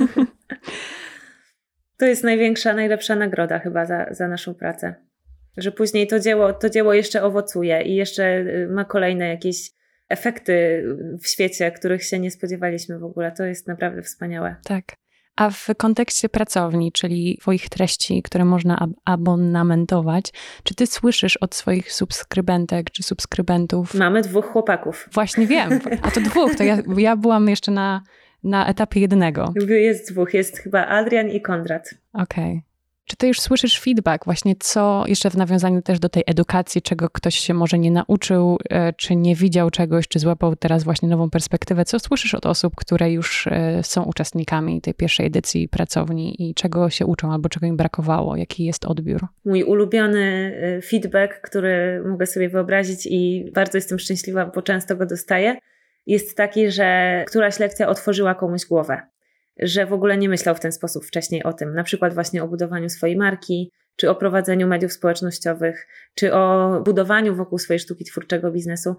To jest największa, najlepsza nagroda chyba za naszą pracę. Że później to dzieło jeszcze owocuje i jeszcze ma kolejne jakieś efekty w świecie, których się nie spodziewaliśmy w ogóle. To jest naprawdę wspaniałe. Tak. A w kontekście pracowni, czyli twoich treści, które można abonamentować, czy ty słyszysz od swoich subskrybentek czy subskrybentów? Mamy 2 chłopaków. Właśnie wiem. A to 2. To ja byłam jeszcze na etapie jednego. Jest dwóch, jest chyba Adrian i Konrad. Okej. Czy ty już słyszysz feedback właśnie, co jeszcze w nawiązaniu też do tej edukacji, czego ktoś się może nie nauczył, czy nie widział czegoś, czy złapał teraz właśnie nową perspektywę? Co słyszysz od osób, które już są uczestnikami tej pierwszej edycji pracowni i czego się uczą albo czego im brakowało? Jaki jest odbiór? Mój ulubiony feedback, który mogę sobie wyobrazić i bardzo jestem szczęśliwa, bo często go dostaję, jest taki, że któraś lekcja otworzyła komuś głowę. Że w ogóle nie myślał w ten sposób wcześniej o tym. Na przykład właśnie o budowaniu swojej marki, czy o prowadzeniu mediów społecznościowych, czy o budowaniu wokół swojej sztuki twórczego biznesu.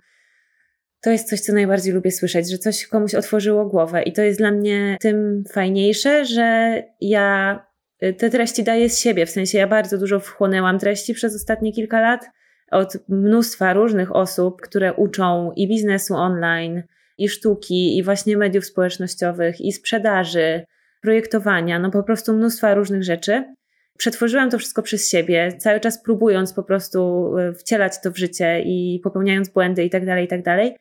To jest coś, co najbardziej lubię słyszeć, że coś komuś otworzyło głowę i to jest dla mnie tym fajniejsze, że ja te treści daję z siebie. W sensie ja bardzo dużo wchłonęłam treści przez ostatnie kilka lat od mnóstwa różnych osób, które uczą i biznesu online, i sztuki, i właśnie mediów społecznościowych, i sprzedaży, projektowania, no po prostu mnóstwa różnych rzeczy. Przetworzyłam to wszystko przez siebie, cały czas próbując po prostu wcielać to w życie i popełniając błędy i tak dalej, i tak dalej.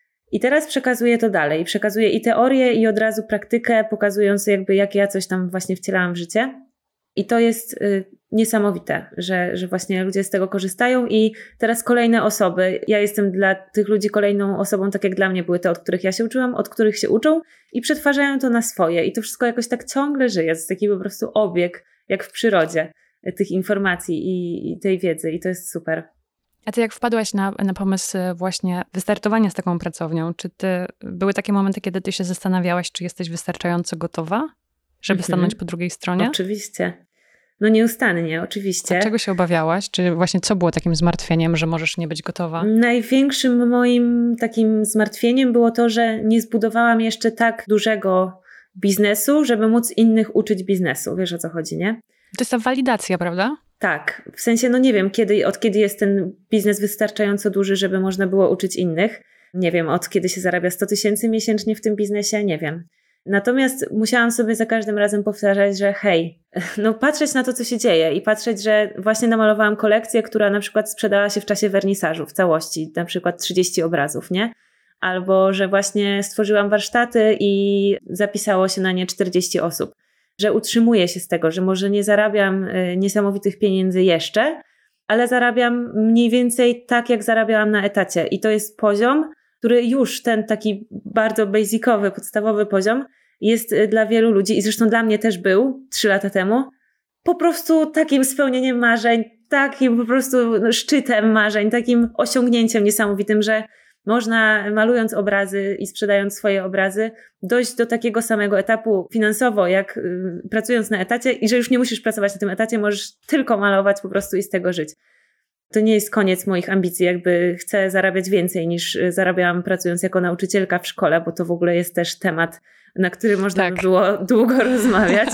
I teraz przekazuję to dalej. Przekazuję i teorię, i od razu praktykę, pokazując jakby jak ja coś tam właśnie wcielałam w życie. I to jest niesamowite, że właśnie ludzie z tego korzystają i teraz kolejne osoby. Ja jestem dla tych ludzi kolejną osobą, tak jak dla mnie były te, od których ja się uczyłam, od których się uczą i przetwarzają to na swoje. I to wszystko jakoś tak ciągle żyje. To jest taki po prostu obieg, jak w przyrodzie, tych informacji i tej wiedzy. I to jest super. A ty jak wpadłaś na pomysł właśnie wystartowania z taką pracownią, czy były takie momenty, kiedy ty się zastanawiałaś, czy jesteś wystarczająco gotowa, żeby stanąć po drugiej stronie? Oczywiście. No nieustannie, oczywiście. A czego się obawiałaś? Czy właśnie co było takim zmartwieniem, że możesz nie być gotowa? Największym moim takim zmartwieniem było to, że nie zbudowałam jeszcze tak dużego biznesu, żeby móc innych uczyć biznesu. Wiesz, o co chodzi, nie? To jest ta walidacja, prawda? Tak. W sensie, no nie wiem, od kiedy jest ten biznes wystarczająco duży, żeby można było uczyć innych. Nie wiem, od kiedy się zarabia 100 000 miesięcznie w tym biznesie, nie wiem. Natomiast musiałam sobie za każdym razem powtarzać, że hej, no patrzeć na to, co się dzieje i patrzeć, że właśnie namalowałam kolekcję, która na przykład sprzedała się w czasie wernisażu w całości, na przykład 30 obrazów, nie? Albo, że właśnie stworzyłam warsztaty i zapisało się na nie 40 osób. Że utrzymuję się z tego, że może nie zarabiam niesamowitych pieniędzy jeszcze, ale zarabiam mniej więcej tak, jak zarabiałam na etacie. I to jest poziom, który już ten taki bardzo basicowy, podstawowy poziom jest dla wielu ludzi i zresztą dla mnie też był 3 lata temu po prostu takim spełnieniem marzeń, takim po prostu szczytem marzeń, takim osiągnięciem niesamowitym, że można malując obrazy i sprzedając swoje obrazy dojść do takiego samego etapu finansowo jak pracując na etacie i że już nie musisz pracować na tym etacie, możesz tylko malować po prostu i z tego żyć. To nie jest koniec moich ambicji, jakby chcę zarabiać więcej niż zarabiałam pracując jako nauczycielka w szkole, bo to w ogóle jest też temat, na który można by było długo rozmawiać.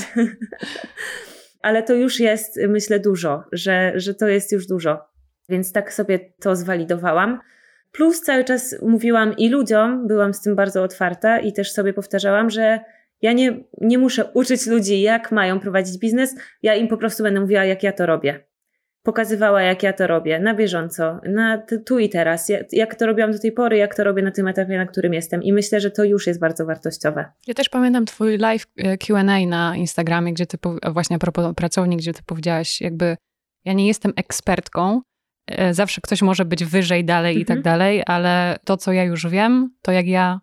Ale to już jest, myślę, dużo, że to jest już dużo. Więc tak sobie to zwalidowałam. Plus cały czas mówiłam i ludziom, byłam z tym bardzo otwarta i też sobie powtarzałam, że ja nie muszę uczyć ludzi, jak mają prowadzić biznes, ja im po prostu będę mówiła, jak ja to robię. Pokazywała, jak ja to robię, na bieżąco, tu i teraz, jak to robiłam do tej pory, jak to robię na tym etapie, na którym jestem. I myślę, że to już jest bardzo wartościowe. Ja też pamiętam twój live Q&A na Instagramie, gdzie ty, właśnie a propos pracowni, gdzie ty powiedziałaś jakby, ja nie jestem ekspertką, zawsze ktoś może być wyżej, dalej i tak dalej, ale to, co ja już wiem, to jak ja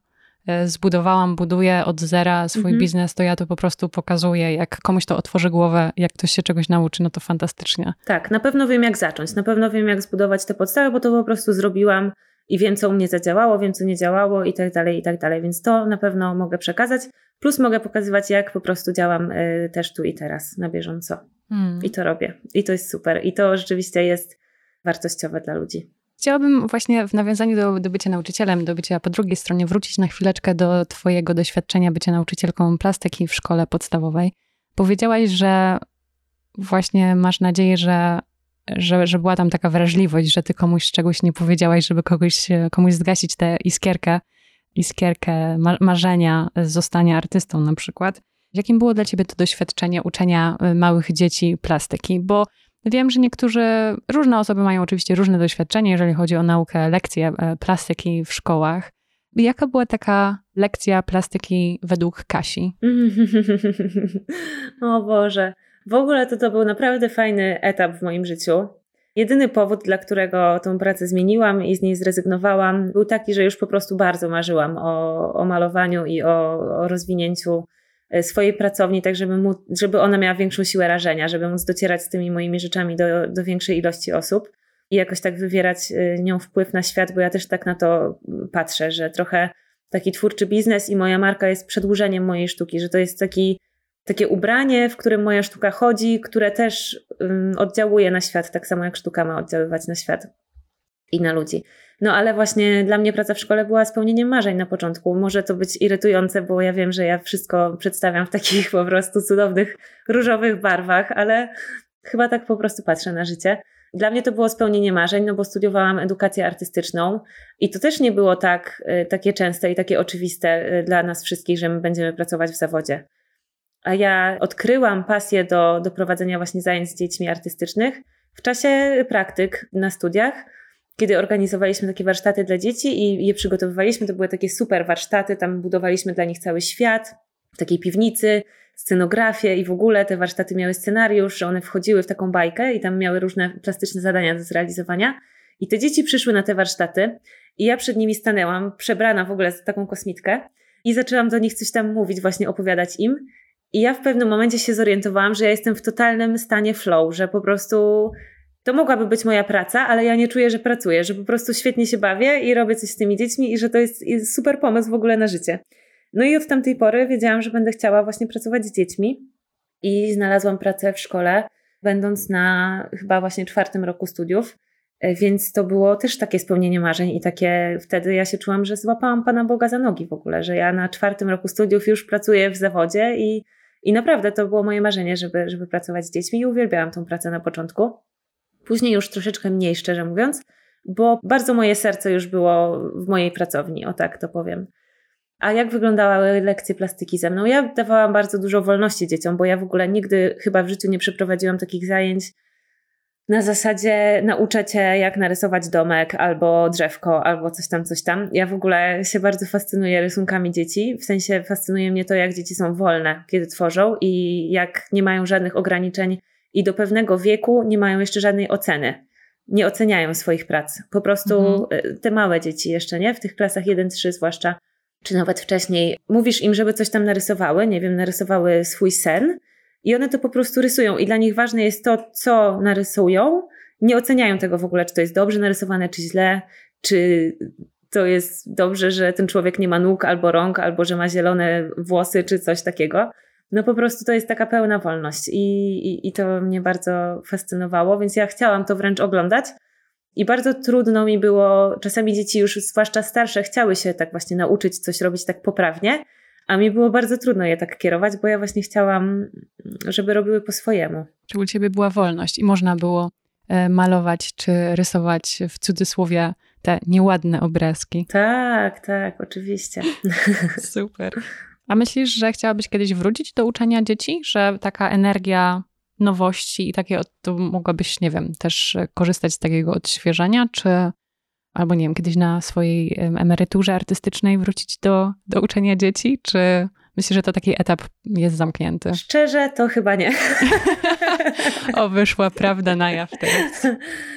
buduję od zera swój biznes, to ja to po prostu pokazuję. Jak komuś to otworzy głowę, jak ktoś się czegoś nauczy, no to fantastycznie. Tak, na pewno wiem jak zacząć, na pewno wiem jak zbudować te podstawy, bo to po prostu zrobiłam i wiem co u mnie zadziałało, wiem co nie działało i tak dalej, więc to na pewno mogę przekazać. Plus mogę pokazywać jak po prostu działam też tu i teraz, na bieżąco. I to robię. I to jest super. I to rzeczywiście jest wartościowe dla ludzi. Chciałabym właśnie w nawiązaniu do bycia nauczycielem, do bycia po drugiej stronie wrócić na chwileczkę do twojego doświadczenia bycia nauczycielką plastyki w szkole podstawowej. Powiedziałaś, że właśnie masz nadzieję, że była tam taka wrażliwość, że ty komuś czegoś nie powiedziałaś, żeby komuś zgasić tę iskierkę marzenia zostania artystą na przykład. Jakim było dla ciebie to doświadczenie uczenia małych dzieci plastyki? Bo wiem, że różne osoby mają oczywiście różne doświadczenie, jeżeli chodzi o naukę, lekcje plastyki w szkołach. Jaka była taka lekcja plastyki według Kasi? O Boże, w ogóle to był naprawdę fajny etap w moim życiu. Jedyny powód, dla którego tą pracę zmieniłam i z niej zrezygnowałam, był taki, że już po prostu bardzo marzyłam o malowaniu i o rozwinięciu swojej pracowni, tak żeby ona miała większą siłę rażenia, żeby móc docierać z tymi moimi rzeczami do większej ilości osób i jakoś tak wywierać nią wpływ na świat, bo ja też tak na to patrzę, że trochę taki twórczy biznes i moja marka jest przedłużeniem mojej sztuki, że to jest takie ubranie, w którym moja sztuka chodzi, które też oddziałuje na świat, tak samo jak sztuka ma oddziaływać na świat i na ludzi. No ale właśnie dla mnie praca w szkole była spełnieniem marzeń na początku. Może to być irytujące, bo ja wiem, że ja wszystko przedstawiam w takich po prostu cudownych, różowych barwach, ale chyba tak po prostu patrzę na życie. Dla mnie to było spełnienie marzeń, no bo studiowałam edukację artystyczną i to też nie było takie częste i takie oczywiste dla nas wszystkich, że my będziemy pracować w zawodzie. A ja odkryłam pasję do prowadzenia właśnie zajęć z dziećmi artystycznych w czasie praktyk na studiach, kiedy organizowaliśmy takie warsztaty dla dzieci i je przygotowywaliśmy. To były takie super warsztaty, tam budowaliśmy dla nich cały świat w takiej piwnicy, scenografię i w ogóle te warsztaty miały scenariusz, że one wchodziły w taką bajkę i tam miały różne plastyczne zadania do zrealizowania. I te dzieci przyszły na te warsztaty i ja przed nimi stanęłam, przebrana w ogóle za taką kosmitkę i zaczęłam do nich coś tam mówić, właśnie opowiadać im. I ja w pewnym momencie się zorientowałam, że ja jestem w totalnym stanie flow, że po prostu to mogłaby być moja praca, ale ja nie czuję, że pracuję, że po prostu świetnie się bawię i robię coś z tymi dziećmi i że to jest super pomysł w ogóle na życie. No i od tamtej pory wiedziałam, że będę chciała właśnie pracować z dziećmi i znalazłam pracę w szkole, będąc na chyba właśnie 4. roku studiów, więc to było też takie spełnienie marzeń i takie wtedy ja się czułam, że złapałam Pana Boga za nogi w ogóle, że ja na 4. roku studiów już pracuję w zawodzie i naprawdę to było moje marzenie, żeby pracować z dziećmi i uwielbiałam tą pracę na początku. Później już troszeczkę mniej, szczerze mówiąc, bo bardzo moje serce już było w mojej pracowni, o tak to powiem. A jak wyglądały lekcje plastyki ze mną? Ja dawałam bardzo dużo wolności dzieciom, bo ja w ogóle nigdy chyba w życiu nie przeprowadziłam takich zajęć na zasadzie nauczę cię jak narysować domek albo drzewko, albo coś tam. Ja w ogóle się bardzo fascynuję rysunkami dzieci, w sensie fascynuje mnie to, jak dzieci są wolne, kiedy tworzą i jak nie mają żadnych ograniczeń i do pewnego wieku nie mają jeszcze żadnej oceny. Nie oceniają swoich prac. Po prostu te małe dzieci jeszcze, nie? W tych klasach 1-3 zwłaszcza, czy nawet wcześniej, mówisz im, żeby coś tam narysowały, nie wiem, narysowały swój sen i one to po prostu rysują i dla nich ważne jest to, co narysują. Nie oceniają tego w ogóle, czy to jest dobrze narysowane, czy źle, czy to jest dobrze, że ten człowiek nie ma nóg albo rąk, albo że ma zielone włosy, czy coś takiego. No po prostu to jest taka pełna wolność i to mnie bardzo fascynowało, więc ja chciałam to wręcz oglądać. I bardzo trudno mi było, czasami dzieci już zwłaszcza starsze chciały się tak właśnie nauczyć coś robić tak poprawnie, a mi było bardzo trudno je tak kierować, bo ja właśnie chciałam, żeby robiły po swojemu. Czy u ciebie była wolność i można było malować czy rysować w cudzysłowie te nieładne obrazki? Tak, oczywiście. Super. A myślisz, że chciałabyś kiedyś wrócić do uczenia dzieci? Że taka energia nowości i takie, to mogłabyś, nie wiem, też korzystać z takiego odświeżenia, czy albo nie wiem, kiedyś na swojej emeryturze artystycznej wrócić do uczenia dzieci, czy myślisz, że to taki etap jest zamknięty? Szczerze, to chyba nie. O, wyszła prawda na jaw teraz.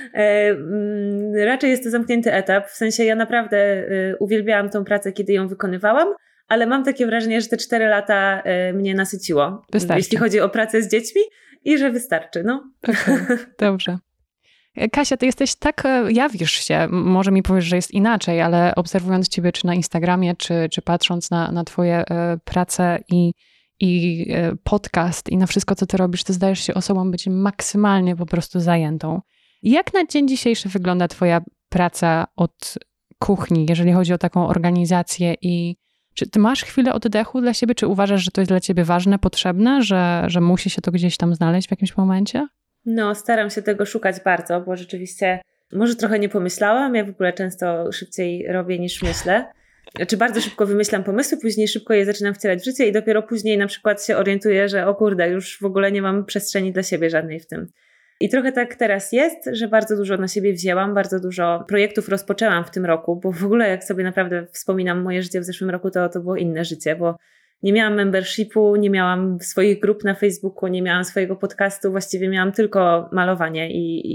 Raczej jest to zamknięty etap, w sensie ja naprawdę uwielbiałam tą pracę, kiedy ją wykonywałam, ale mam takie wrażenie, że te 4 lata mnie nasyciło, jeśli chodzi o pracę z dziećmi i że wystarczy, no. Okay, dobrze. Kasia, ty jesteś tak, jawisz się, może mi powiesz, że jest inaczej, ale obserwując ciebie czy na Instagramie, czy patrząc na twoje prace i podcast i na wszystko, co ty robisz, to zdajesz się osobą być maksymalnie po prostu zajętą. Jak na dzień dzisiejszy wygląda twoja praca od kuchni, jeżeli chodzi o taką organizację i czy ty masz chwilę oddechu dla siebie? Czy uważasz, że to jest dla ciebie ważne, potrzebne, że musi się to gdzieś tam znaleźć w jakimś momencie? No, staram się tego szukać bardzo, bo rzeczywiście może trochę nie pomyślałam. Ja w ogóle często szybciej robię niż myślę. Znaczy bardzo szybko wymyślam pomysły, później szybko je zaczynam wcielać w życie i dopiero później na przykład się orientuję, że o kurde, już w ogóle nie mam przestrzeni dla siebie żadnej w tym. I trochę tak teraz jest, że bardzo dużo na siebie wzięłam, bardzo dużo projektów rozpoczęłam w tym roku, bo w ogóle jak sobie naprawdę wspominam moje życie w zeszłym roku, to było inne życie, bo nie miałam membershipu, nie miałam swoich grup na Facebooku, nie miałam swojego podcastu, właściwie miałam tylko malowanie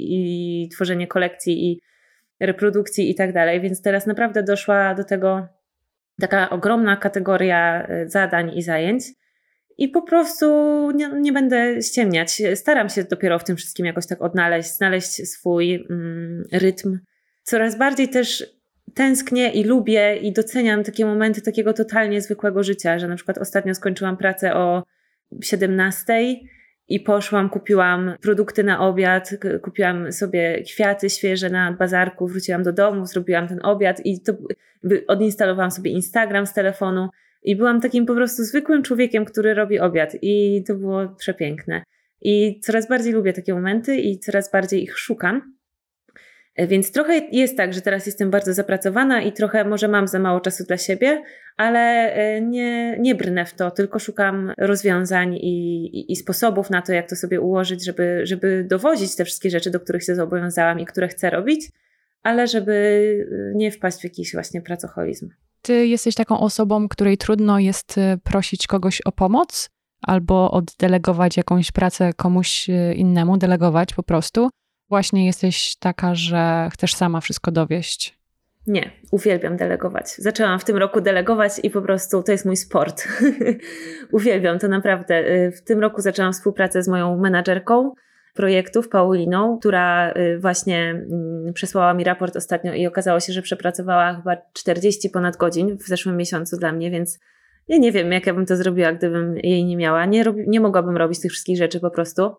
i tworzenie kolekcji i reprodukcji i tak dalej, więc teraz naprawdę doszła do tego taka ogromna kategoria zadań i zajęć i po prostu nie będę ściemniać. Staram się dopiero w tym wszystkim jakoś tak znaleźć swój rytm. Coraz bardziej też tęsknię i lubię i doceniam takie momenty takiego totalnie zwykłego życia, że na przykład ostatnio skończyłam pracę o 17:00 i poszłam, kupiłam produkty na obiad, kupiłam sobie kwiaty świeże na bazarku, wróciłam do domu, zrobiłam ten obiad i to odinstalowałam sobie Instagram z telefonu i byłam takim po prostu zwykłym człowiekiem, który robi obiad i to było przepiękne. I coraz bardziej lubię takie momenty i coraz bardziej ich szukam. Więc trochę jest tak, że teraz jestem bardzo zapracowana i trochę może mam za mało czasu dla siebie, ale nie brnę w to, tylko szukam rozwiązań i sposobów na to, jak to sobie ułożyć, żeby dowozić te wszystkie rzeczy, do których się zobowiązałam i które chcę robić, ale żeby nie wpaść w jakiś właśnie pracoholizm. Ty jesteś taką osobą, której trudno jest prosić kogoś o pomoc albo oddelegować jakąś pracę komuś innemu, delegować po prostu. Właśnie jesteś taka, że chcesz sama wszystko dowieść. Nie, uwielbiam delegować. Zaczęłam w tym roku delegować i po prostu to jest mój sport. Uwielbiam to naprawdę. W tym roku zaczęłam współpracę z moją menadżerką projektów, Pauliną, która właśnie przesłała mi raport ostatnio i okazało się, że przepracowała chyba 40 ponad godzin w zeszłym miesiącu dla mnie, więc ja nie wiem, jak ja bym to zrobiła, gdybym jej nie miała. Nie mogłabym robić tych wszystkich rzeczy po prostu.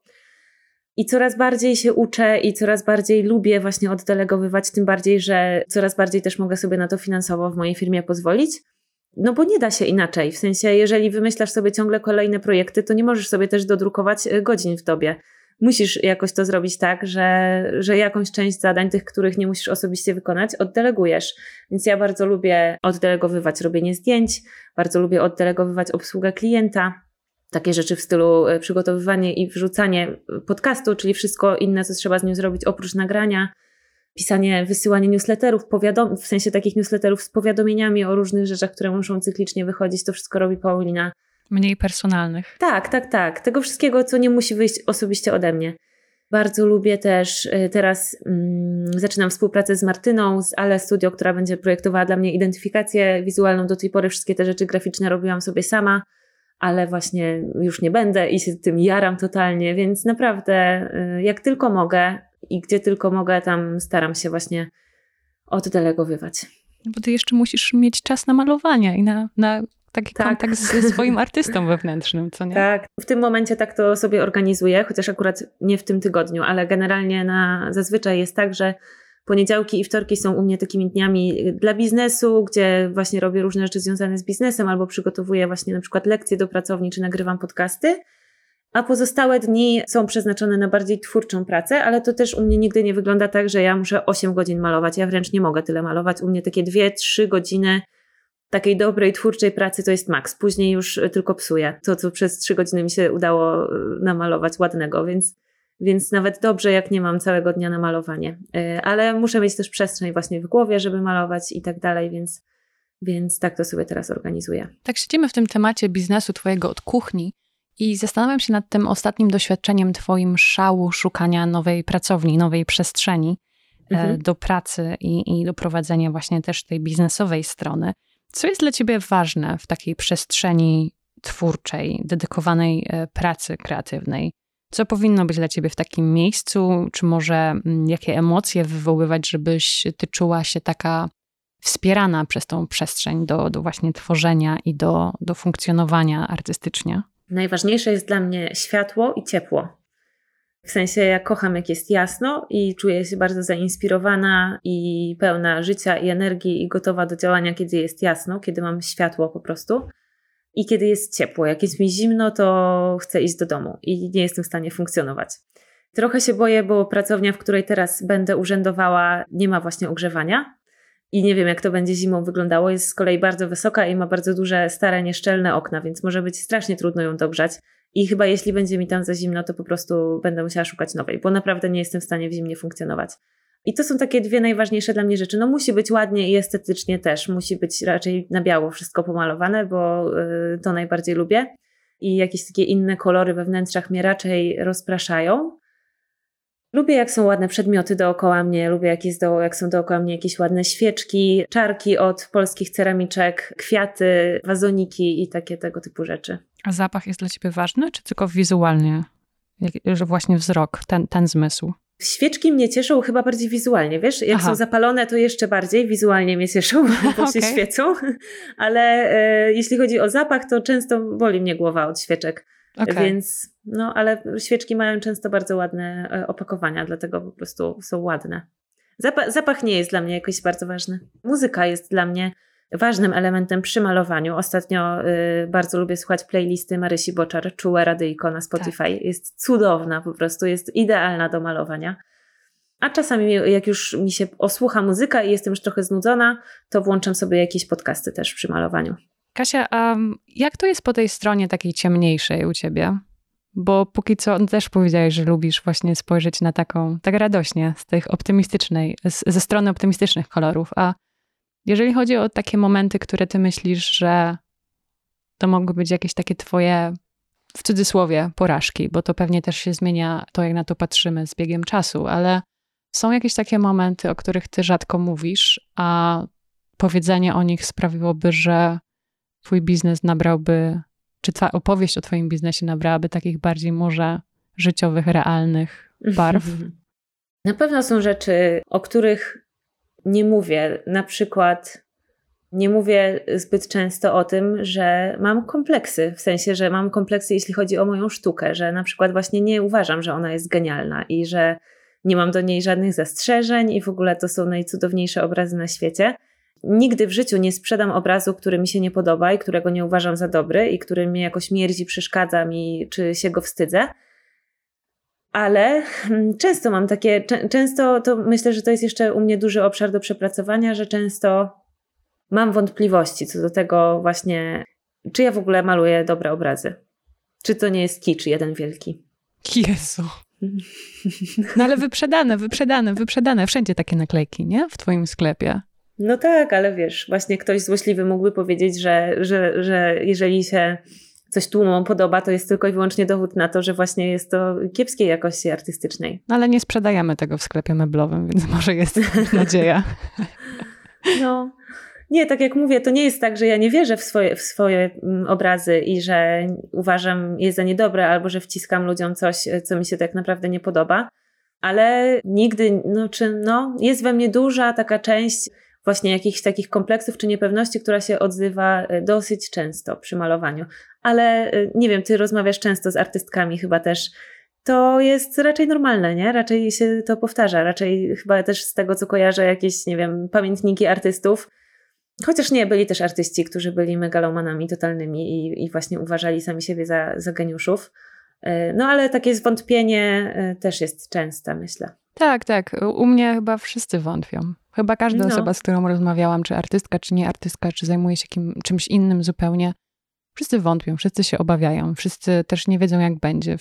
I coraz bardziej się uczę i coraz bardziej lubię właśnie oddelegowywać, tym bardziej, że coraz bardziej też mogę sobie na to finansowo w mojej firmie pozwolić. No bo nie da się inaczej. W sensie, jeżeli wymyślasz sobie ciągle kolejne projekty, to nie możesz sobie też dodrukować godzin w dobie. Musisz jakoś to zrobić tak, że jakąś część zadań, tych, których nie musisz osobiście wykonać, oddelegujesz. Więc ja bardzo lubię oddelegowywać robienie zdjęć, bardzo lubię oddelegowywać obsługę klienta. Takie rzeczy w stylu przygotowywanie i wrzucanie podcastu, czyli wszystko inne, co trzeba z nim zrobić oprócz nagrania, pisanie, wysyłanie newsletterów, w sensie takich newsletterów z powiadomieniami o różnych rzeczach, które muszą cyklicznie wychodzić, to wszystko robi Paulina. Mniej personalnych. Tak. Tego wszystkiego, co nie musi wyjść osobiście ode mnie. Bardzo lubię też, teraz zaczynam współpracę z Martyną z Ale Studio, która będzie projektowała dla mnie identyfikację wizualną. Do tej pory wszystkie te rzeczy graficzne robiłam sobie sama, ale właśnie już nie będę i się tym jaram totalnie, więc naprawdę jak tylko mogę i gdzie tylko mogę, tam staram się właśnie oddelegowywać. Bo ty jeszcze musisz mieć czas na malowanie i na taki kontakt ze swoim artystą wewnętrznym, co nie? Tak, w tym momencie tak to sobie organizuję, chociaż akurat nie w tym tygodniu, ale generalnie zazwyczaj jest tak, że poniedziałki i wtorki są u mnie takimi dniami dla biznesu, gdzie właśnie robię różne rzeczy związane z biznesem albo przygotowuję właśnie na przykład lekcje do pracowni czy nagrywam podcasty, a pozostałe dni są przeznaczone na bardziej twórczą pracę, ale to też u mnie nigdy nie wygląda tak, że ja muszę 8 godzin malować, ja wręcz nie mogę tyle malować, u mnie takie 2-3 godziny takiej dobrej, twórczej pracy to jest maks, później już tylko psuję to, co przez 3 godziny mi się udało namalować ładnego, więc nawet dobrze, jak nie mam całego dnia na malowanie. Ale muszę mieć też przestrzeń właśnie w głowie, żeby malować i tak dalej, więc tak to sobie teraz organizuję. Tak siedzimy w tym temacie biznesu twojego od kuchni i zastanawiam się nad tym ostatnim doświadczeniem twoim szału szukania nowej pracowni, nowej przestrzeni do pracy i do prowadzenia właśnie też tej biznesowej strony. Co jest dla ciebie ważne w takiej przestrzeni twórczej, dedykowanej pracy kreatywnej? Co powinno być dla ciebie w takim miejscu? Czy może jakie emocje wywoływać, żebyś ty czuła się taka wspierana przez tą przestrzeń do właśnie tworzenia i do funkcjonowania artystycznie? Najważniejsze jest dla mnie światło i ciepło. W sensie ja kocham, jak jest jasno i czuję się bardzo zainspirowana i pełna życia i energii i gotowa do działania, kiedy jest jasno, kiedy mam światło po prostu. I kiedy jest ciepło. Jak jest mi zimno, to chcę iść do domu i nie jestem w stanie funkcjonować. Trochę się boję, bo pracownia, w której teraz będę urzędowała, nie ma właśnie ogrzewania i nie wiem, jak to będzie zimą wyglądało. Jest z kolei bardzo wysoka i ma bardzo duże, stare, nieszczelne okna, więc może być strasznie trudno ją dogrzać. I chyba jeśli będzie mi tam za zimno, to po prostu będę musiała szukać nowej, bo naprawdę nie jestem w stanie w zimnie funkcjonować. I to są takie dwie najważniejsze dla mnie rzeczy. No musi być ładnie i estetycznie też. Musi być raczej na biało wszystko pomalowane, bo to najbardziej lubię. I jakieś takie inne kolory we wnętrzach mnie raczej rozpraszają. Lubię, jak są ładne przedmioty dookoła mnie, lubię, jak są dookoła mnie jakieś ładne świeczki, czarki od polskich ceramiczek, kwiaty, wazoniki i takie tego typu rzeczy. A zapach jest dla ciebie ważny, czy tylko wizualnie? Że właśnie wzrok, ten zmysł? Świeczki mnie cieszą chyba bardziej wizualnie, wiesz? Jak są zapalone, to jeszcze bardziej wizualnie mnie cieszą, bo się świecą. Ale jeśli chodzi o zapach, to często boli mnie głowa od świeczek. Więc, ale świeczki mają często bardzo ładne opakowania, dlatego po prostu są ładne. Zapach nie jest dla mnie jakoś bardzo ważny. Muzyka jest dla mnie ważnym elementem przy malowaniu. Ostatnio bardzo lubię słuchać playlisty Marysi Boczar, Czułe Radyjko na Spotify. Tak. Jest cudowna po prostu, jest idealna do malowania. A czasami jak już mi się osłucha muzyka i jestem już trochę znudzona, to włączam sobie jakieś podcasty też przy malowaniu. Kasia, a jak to jest po tej stronie takiej ciemniejszej u ciebie? Bo póki co też powiedziałeś, że lubisz właśnie spojrzeć na taką, tak radośnie, z tych ze strony optymistycznych kolorów. A jeżeli chodzi o takie momenty, które ty myślisz, że to mogły być jakieś takie twoje, w cudzysłowie, porażki, bo to pewnie też się zmienia to, jak na to patrzymy z biegiem czasu, ale są jakieś takie momenty, o których ty rzadko mówisz, a powiedzenie o nich sprawiłoby, że twój biznes nabrałby, czy twoja opowieść o twoim biznesie nabrałaby takich bardziej może życiowych, realnych barw? Na pewno są rzeczy, o których nie mówię. Na przykład nie mówię zbyt często o tym, że mam kompleksy. W sensie, że mam kompleksy, jeśli chodzi o moją sztukę. Że na przykład właśnie nie uważam, że ona jest genialna i że nie mam do niej żadnych zastrzeżeń i w ogóle to są najcudowniejsze obrazy na świecie. Nigdy w życiu nie sprzedam obrazu, który mi się nie podoba i którego nie uważam za dobry i który mnie jakoś mierzi, przeszkadza mi, czy się go wstydzę. Ale często mam takie, często to myślę, że to jest jeszcze u mnie duży obszar do przepracowania, że często mam wątpliwości co do tego właśnie, czy ja w ogóle maluję dobre obrazy. Czy to nie jest kicz jeden wielki. Jezu. No ale wyprzedane. Wszędzie takie naklejki, nie? W twoim sklepie. No tak, ale wiesz, właśnie ktoś złośliwy mógłby powiedzieć, że jeżeli się coś tłumom podoba, to jest tylko i wyłącznie dowód na to, że właśnie jest to kiepskiej jakości artystycznej. No ale nie sprzedajemy tego w sklepie meblowym, więc może jest nadzieja. No, nie, tak jak mówię, to nie jest tak, że ja nie wierzę w swoje obrazy i że uważam je za niedobre, albo że wciskam ludziom coś, co mi się tak naprawdę nie podoba, ale nigdy, jest we mnie duża taka część właśnie jakichś takich kompleksów czy niepewności, która się odzywa dosyć często przy malowaniu. Ale nie wiem, ty rozmawiasz często z artystkami chyba też. To jest raczej normalne, nie? Raczej się to powtarza. Raczej chyba też z tego, co kojarzę, jakieś, nie wiem, pamiętniki artystów. Chociaż nie, byli też artyści, którzy byli megalomanami totalnymi i właśnie uważali sami siebie za geniuszów. No ale takie zwątpienie też jest częste, myślę. Tak. U mnie chyba wszyscy wątpią. Chyba każda osoba, z którą rozmawiałam, czy artystka, czy nie artystka, czy zajmuje się czymś innym zupełnie, wszyscy wątpią, wszyscy się obawiają, wszyscy też nie wiedzą, jak będzie,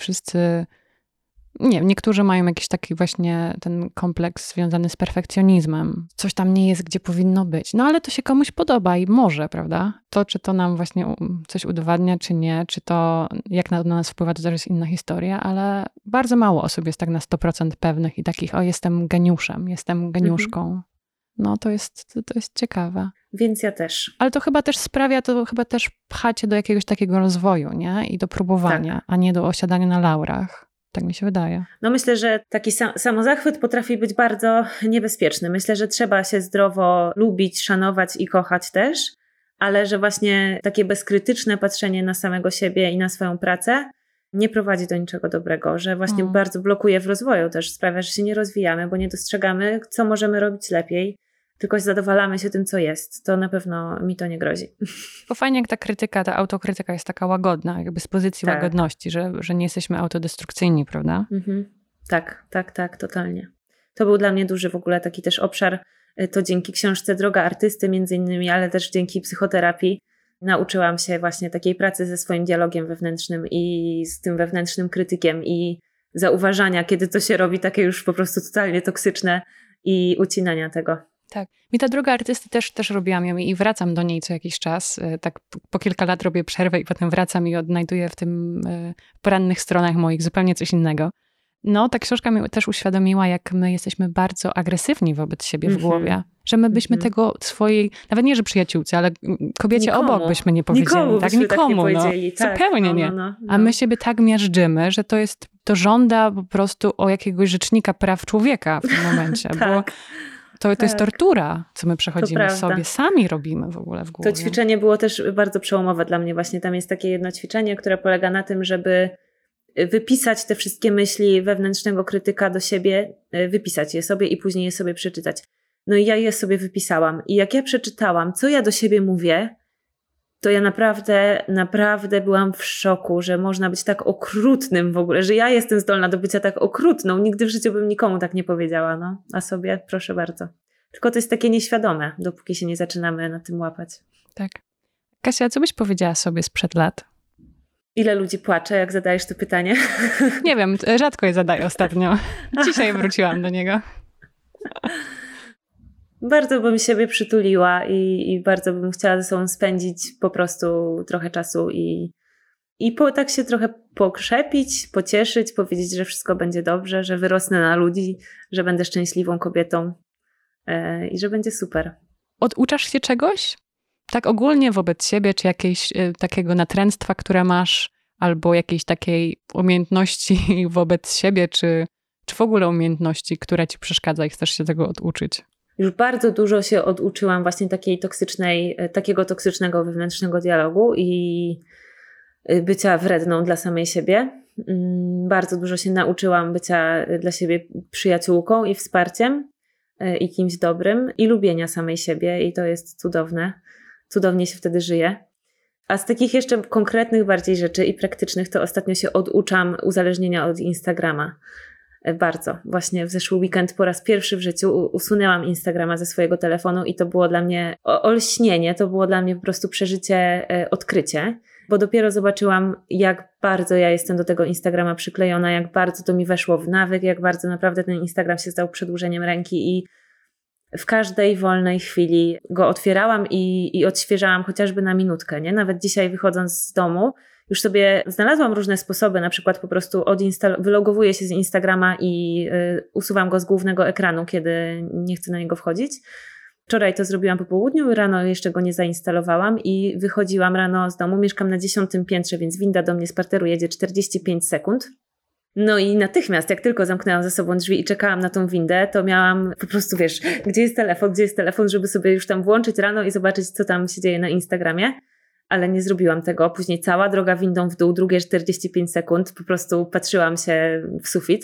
niektórzy mają jakiś taki właśnie ten kompleks związany z perfekcjonizmem. Coś tam nie jest, gdzie powinno być. No ale to się komuś podoba i może, prawda? To, czy to nam właśnie coś udowadnia, czy nie, czy to jak na nas wpływa, to też jest inna historia, ale bardzo mało osób jest tak na 100% pewnych i takich, jestem geniuszem, jestem geniuszką. No to jest ciekawe. Więc ja też. Ale to chyba też pcha cię do jakiegoś takiego rozwoju, nie? I do próbowania, a nie do osiadania na laurach. Tak mi się wydaje. No myślę, że taki samozachwyt potrafi być bardzo niebezpieczny. Myślę, że trzeba się zdrowo lubić, szanować i kochać też, ale że właśnie takie bezkrytyczne patrzenie na samego siebie i na swoją pracę nie prowadzi do niczego dobrego, że właśnie bardzo blokuje w rozwoju też, sprawia, że się nie rozwijamy, bo nie dostrzegamy, co możemy robić lepiej, tylko zadowalamy się tym, co jest. To na pewno mi to nie grozi. Bo fajnie, jak ta autokrytyka jest taka łagodna, jakby z pozycji łagodności, że nie jesteśmy autodestrukcyjni, prawda? Tak, totalnie. To był dla mnie duży w ogóle taki też obszar, to dzięki książce Droga Artysty między innymi, ale też dzięki psychoterapii, Nauczyłam się właśnie takiej pracy ze swoim dialogiem wewnętrznym i z tym wewnętrznym krytykiem i zauważania, kiedy to się robi takie już po prostu totalnie toksyczne i ucinania tego. Tak. Mi ta droga artysty też robiłam ją i wracam do niej co jakiś czas. Tak po kilka lat robię przerwę i potem wracam i odnajduję w tym porannych stronach moich zupełnie coś innego. No, ta książka mi też uświadomiła, jak my jesteśmy bardzo agresywni wobec siebie w głowie. Że my byśmy tego swojej, nawet nie, że przyjaciółce, ale kobiecie obok byśmy nie powiedzieli. Nikomu nie powiedzieli. Tak. Zupełnie nie. A my siebie tak miażdżymy, że to żąda po prostu o jakiegoś rzecznika praw człowieka w tym momencie. Bo to jest tortura, co my przechodzimy sobie. Sami robimy w ogóle w głowie. To ćwiczenie było też bardzo przełomowe dla mnie właśnie. Tam jest takie jedno ćwiczenie, które polega na tym, żeby wypisać te wszystkie myśli wewnętrznego krytyka do siebie, wypisać je sobie i później je sobie przeczytać. No i ja je sobie wypisałam. I jak ja przeczytałam, co ja do siebie mówię, to ja naprawdę byłam w szoku, że można być tak okrutnym w ogóle, że ja jestem zdolna do bycia tak okrutną. Nigdy w życiu bym nikomu tak nie powiedziała, no. A sobie, proszę bardzo. Tylko to jest takie nieświadome, dopóki się nie zaczynamy na tym łapać. Tak. Kasia, co byś powiedziała sobie sprzed lat? Ile ludzi płacze, jak zadajesz to pytanie? Nie wiem, rzadko je zadaję ostatnio. Dzisiaj wróciłam do niego. Bardzo bym siebie przytuliła i bardzo bym chciała ze sobą spędzić po prostu trochę czasu i tak się trochę pokrzepić, pocieszyć, powiedzieć, że wszystko będzie dobrze, że wyrosnę na ludzi, że będę szczęśliwą kobietą i że będzie super. Oduczasz się czegoś? Tak ogólnie wobec siebie, czy jakiegoś takiego natręctwa, które masz, albo jakiejś takiej umiejętności wobec siebie, czy w ogóle umiejętności, która ci przeszkadza i chcesz się tego oduczyć? Już bardzo dużo się oduczyłam właśnie takiego toksycznego wewnętrznego dialogu i bycia wredną dla samej siebie. Bardzo dużo się nauczyłam bycia dla siebie przyjaciółką i wsparciem i kimś dobrym i lubienia samej siebie i to jest cudowne. Cudownie się wtedy żyje. A z takich jeszcze konkretnych bardziej rzeczy i praktycznych to ostatnio się oduczam uzależnienia od Instagrama. Bardzo. Właśnie w zeszły weekend po raz pierwszy w życiu usunęłam Instagrama ze swojego telefonu i to było dla mnie olśnienie, to było dla mnie po prostu przeżycie, odkrycie, bo dopiero zobaczyłam, jak bardzo ja jestem do tego Instagrama przyklejona, jak bardzo to mi weszło w nawyk, jak bardzo naprawdę ten Instagram się stał przedłużeniem ręki i w każdej wolnej chwili go otwierałam i odświeżałam chociażby na minutkę, nie? Nawet dzisiaj wychodząc z domu już sobie znalazłam różne sposoby, na przykład po prostu wylogowuję się z Instagrama i usuwam go z głównego ekranu, kiedy nie chcę na niego wchodzić. Wczoraj to zrobiłam po południu, rano jeszcze go nie zainstalowałam i wychodziłam rano z domu. Mieszkam na 10. piętrze, więc winda do mnie z parteru jedzie 45 sekund. No i natychmiast, jak tylko zamknęłam za sobą drzwi i czekałam na tą windę, to miałam po prostu, wiesz, gdzie jest telefon, żeby sobie już tam włączyć rano i zobaczyć, co tam się dzieje na Instagramie. Ale nie zrobiłam tego. Później cała droga windą w dół, drugie 45 sekund, po prostu patrzyłam się w sufit.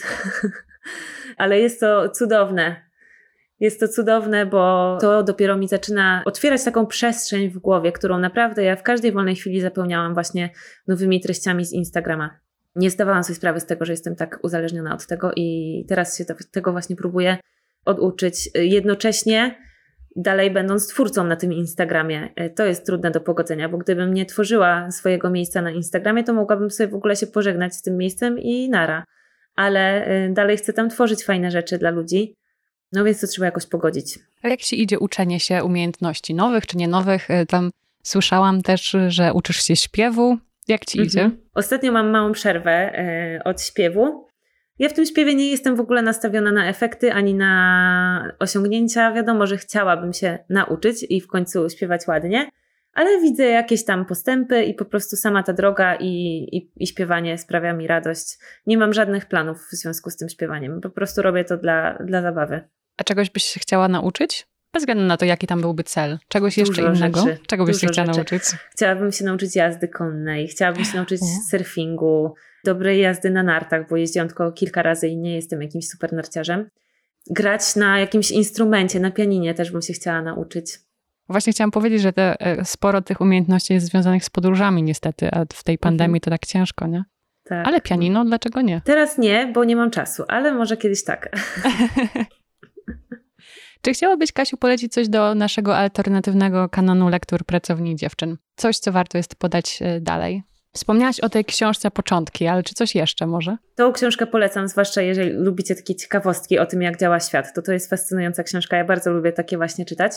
Ale jest to cudowne. Jest to cudowne, bo to dopiero mi zaczyna otwierać taką przestrzeń w głowie, którą naprawdę ja w każdej wolnej chwili zapełniałam właśnie nowymi treściami z Instagrama. Nie zdawałam sobie sprawy z tego, że jestem tak uzależniona od tego i teraz się tego właśnie próbuję oduczyć. Jednocześnie dalej będąc twórcą na tym Instagramie. To jest trudne do pogodzenia, bo gdybym nie tworzyła swojego miejsca na Instagramie, to mogłabym sobie w ogóle się pożegnać z tym miejscem i nara. Ale dalej chcę tam tworzyć fajne rzeczy dla ludzi. No więc to trzeba jakoś pogodzić. A jak ci idzie uczenie się umiejętności nowych czy nie nowych? Tam słyszałam też, że uczysz się śpiewu. Jak ci idzie? Ostatnio mam małą przerwę od śpiewu. Ja w tym śpiewie nie jestem w ogóle nastawiona na efekty ani na osiągnięcia. Wiadomo, że chciałabym się nauczyć i w końcu śpiewać ładnie, ale widzę jakieś tam postępy i po prostu sama ta droga i śpiewanie sprawia mi radość. Nie mam żadnych planów w związku z tym śpiewaniem. Po prostu robię to dla zabawy. A czegoś byś się chciała nauczyć? Bez względu na to, jaki tam byłby cel. Czegoś jeszcze innego? Czego byś się chciała nauczyć? Chciałabym się nauczyć jazdy konnej, chciałabym się nauczyć surfingu, dobrej jazdy na nartach, bo jeździłam tylko kilka razy i nie jestem jakimś super narciarzem. Grać na jakimś instrumencie, na pianinie też bym się chciała nauczyć. Właśnie chciałam powiedzieć, że sporo tych umiejętności jest związanych z podróżami niestety, a w tej pandemii to tak ciężko, nie? Tak. Ale pianino, dlaczego nie? Teraz nie, bo nie mam czasu, ale może kiedyś tak. Czy chciałabyś, Kasiu, polecić coś do naszego alternatywnego kanonu lektur Pracowni Dziewczyn? Coś, co warto jest podać dalej? Wspomniałaś o tej książce Początki, ale czy coś jeszcze może? Tą książkę polecam, zwłaszcza jeżeli lubicie takie ciekawostki o tym, jak działa świat. To jest fascynująca książka, ja bardzo lubię takie właśnie czytać.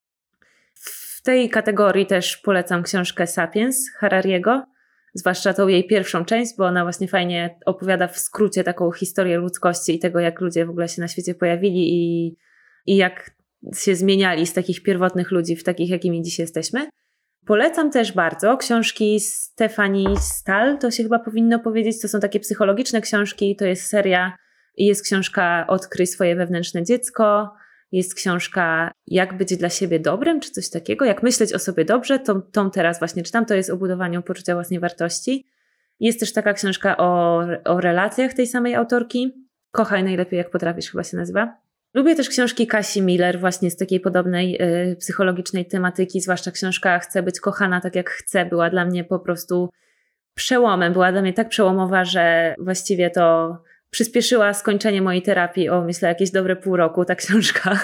W tej kategorii też polecam książkę Sapiens Harariego, zwłaszcza tą jej pierwszą część, bo ona właśnie fajnie opowiada w skrócie taką historię ludzkości i tego, jak ludzie w ogóle się na świecie pojawili i jak się zmieniali z takich pierwotnych ludzi w takich, jakimi dziś jesteśmy. Polecam też bardzo książki Stefanii Stahl, to się chyba powinno powiedzieć, to są takie psychologiczne książki, to jest seria i jest książka Odkryj swoje wewnętrzne dziecko, jest książka Jak być dla siebie dobrym, czy coś takiego, jak myśleć o sobie dobrze, tą teraz właśnie czytam, to jest o budowaniu poczucia własnej wartości. Jest też taka książka o relacjach tej samej autorki, Kochaj najlepiej jak potrafisz chyba się nazywa. Lubię też książki Kasi Miller właśnie z takiej podobnej psychologicznej tematyki, zwłaszcza książka Chcę być kochana tak jak chcę była dla mnie po prostu przełomem, była dla mnie tak przełomowa, że właściwie to przyspieszyła skończenie mojej terapii o myślę jakieś dobre pół roku ta książka.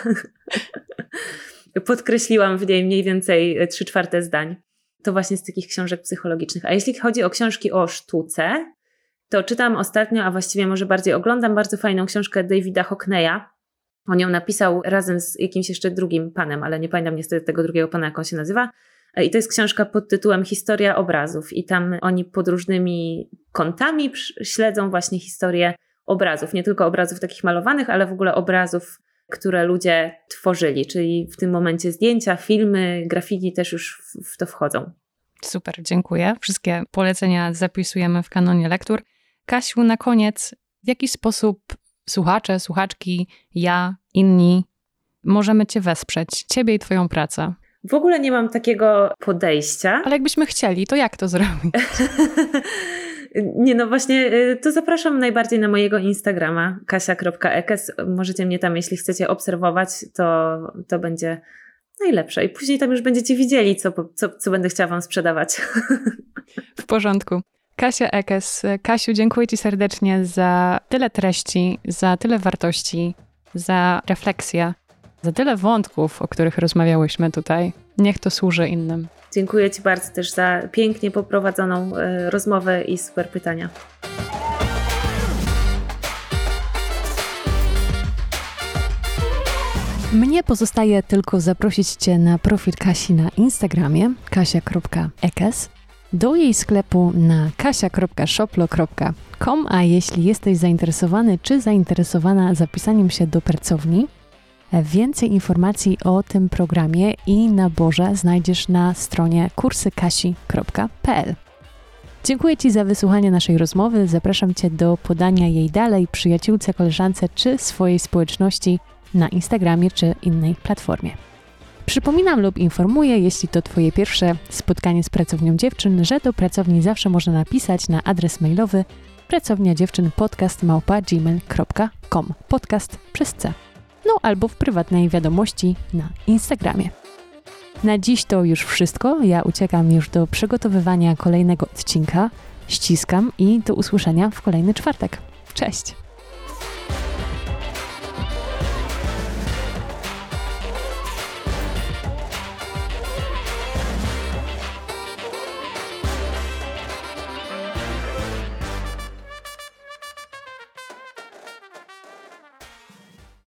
Podkreśliłam w niej mniej więcej 3/4 zdań. To właśnie z takich książek psychologicznych. A jeśli chodzi o książki o sztuce, to czytam ostatnio, a właściwie może bardziej oglądam bardzo fajną książkę Davida Hockneya. On ją napisał razem z jakimś jeszcze drugim panem, ale nie pamiętam niestety tego drugiego pana, jak on się nazywa. I to jest książka pod tytułem Historia obrazów. I tam oni pod różnymi kątami śledzą właśnie historię obrazów. Nie tylko obrazów takich malowanych, ale w ogóle obrazów, które ludzie tworzyli. Czyli w tym momencie zdjęcia, filmy, grafiki też już w to wchodzą. Super, dziękuję. Wszystkie polecenia zapisujemy w kanonie lektur. Kasiu, na koniec, w jaki sposób słuchacze, słuchaczki, ja, inni możemy Cię wesprzeć, Ciebie i Twoją pracę? W ogóle nie mam takiego podejścia. Ale jakbyśmy chcieli, to jak to zrobić? Nie, no właśnie, to zapraszam najbardziej na mojego Instagrama, kasia.ekes. Możecie mnie tam, jeśli chcecie obserwować, to będzie najlepsze. I później tam już będziecie widzieli, co będę chciała Wam sprzedawać. W porządku. Kasia Ekes. Kasiu, dziękuję Ci serdecznie za tyle treści, za tyle wartości, za refleksję, za tyle wątków, o których rozmawiałyśmy tutaj. Niech to służy innym. Dziękuję Ci bardzo też za pięknie poprowadzoną rozmowę i super pytania. Mnie pozostaje tylko zaprosić Cię na profil Kasi na Instagramie kasia.ekes, do jej sklepu na kasia.shoplo.com, a jeśli jesteś zainteresowany czy zainteresowana zapisaniem się do pracowni, więcej informacji o tym programie i naborze znajdziesz na stronie kursykasi.pl. Dziękuję Ci za wysłuchanie naszej rozmowy. Zapraszam Cię do podania jej dalej przyjaciółce, koleżance czy swojej społeczności na Instagramie czy innej platformie. Przypominam lub informuję, jeśli to Twoje pierwsze spotkanie z Pracownią Dziewczyn, że do pracowni zawsze można napisać na adres mailowy pracowniadziewczyn@gmail.com. Podcast przez C. No albo w prywatnej wiadomości na Instagramie. Na dziś to już wszystko. Ja uciekam już do przygotowywania kolejnego odcinka. Ściskam i do usłyszenia w kolejny czwartek. Cześć!